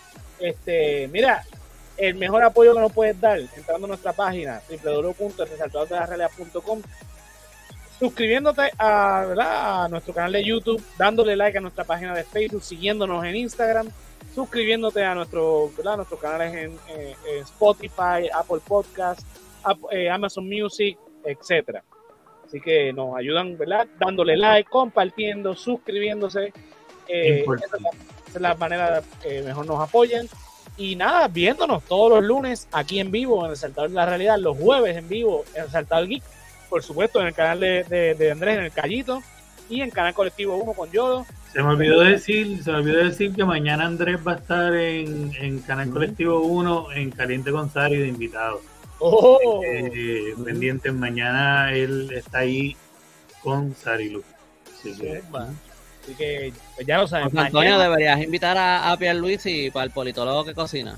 Este, mira, el mejor apoyo que nos puedes dar entrando a nuestra página doble u doble u doble u punto el resaltador de la realidad punto com, suscribiéndote a, ¿verdad? a nuestro canal de YouTube, dándole like a nuestra página de Facebook, siguiéndonos en Instagram, suscribiéndote a nuestro, ¿verdad? nuestros canales en, eh, en Spotify, Apple Podcasts, Apple, eh, Amazon Music, etcétera. Así que nos ayudan, ¿verdad? Dándole like, compartiendo, suscribiéndose. Eh, esa, es la, esa es la manera que mejor nos apoyan. Y nada, viéndonos todos los lunes aquí en vivo en el Resaltador de la Realidad, los jueves en vivo en el Resaltador Geek, por supuesto en el canal de, de, de Andrés, en el Callito, y en Canal Colectivo uno con Yodo. Se me olvidó decir, se me olvidó decir que mañana Andrés va a estar en, en Canal Colectivo uno en Caliente con Sari de invitado. Oh. Eh, uh-huh. Pendientes, mañana él está ahí con Sarilu. Así que, Así que pues ya lo saben. Pues, Antonio, mañana deberías invitar a, a Pierluisi para el politólogo que cocina.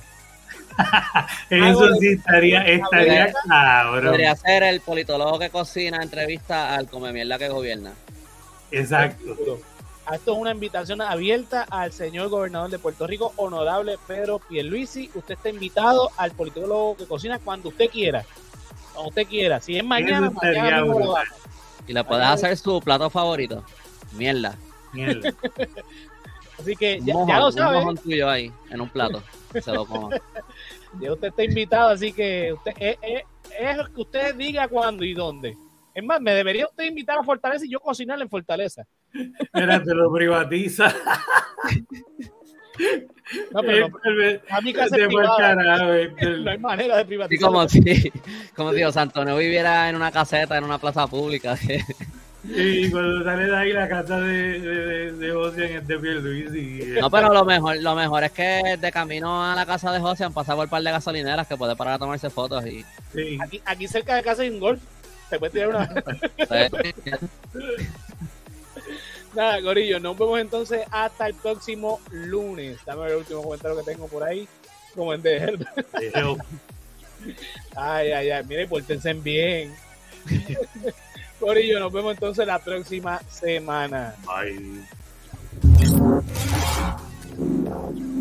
Eso sí estaría, estaría cabrón. Podría ser el politólogo que cocina entrevista al come mierda que gobierna. Exacto. Esto es una invitación abierta al señor gobernador de Puerto Rico, honorable Pedro Pierluisi. Usted está invitado al politólogo que cocina cuando usted quiera. Cuando usted quiera. Si es mañana, mañana mismo lo haga. Y le puedes hacer su plato favorito. Mierda. Mierda. Así que ya, mojón, ya lo sabe. Un mojón tuyo ahí, en un plato. Se lo coma. Ya usted está invitado, así que usted es, es, es que usted diga cuándo y dónde. Es más, me debería usted invitar a Fortaleza y yo cocinarle en Fortaleza. Mira, te lo privatiza. No, pero no, a mi casa es privada, no hay manera de privatizar. Sí, como si, como si José Antonio viviera en una caseta, en una plaza pública. Y cuando sale de ahí la casa de, de, de Josian es de Pierluisi. No, pero lo mejor, lo mejor es que de camino a la casa de Josian pasa por un par de gasolineras que puede parar a tomarse fotos. Y... Sí. Aquí, aquí cerca de casa hay un golf. Se puede tirar una. Nada, gorillo, nos vemos entonces hasta el próximo lunes. Dame el último comentario que tengo por ahí. Como en The Help. Ay, ay, ay, mire, pórtense bien. Corillo, nos vemos entonces la próxima semana. Bye.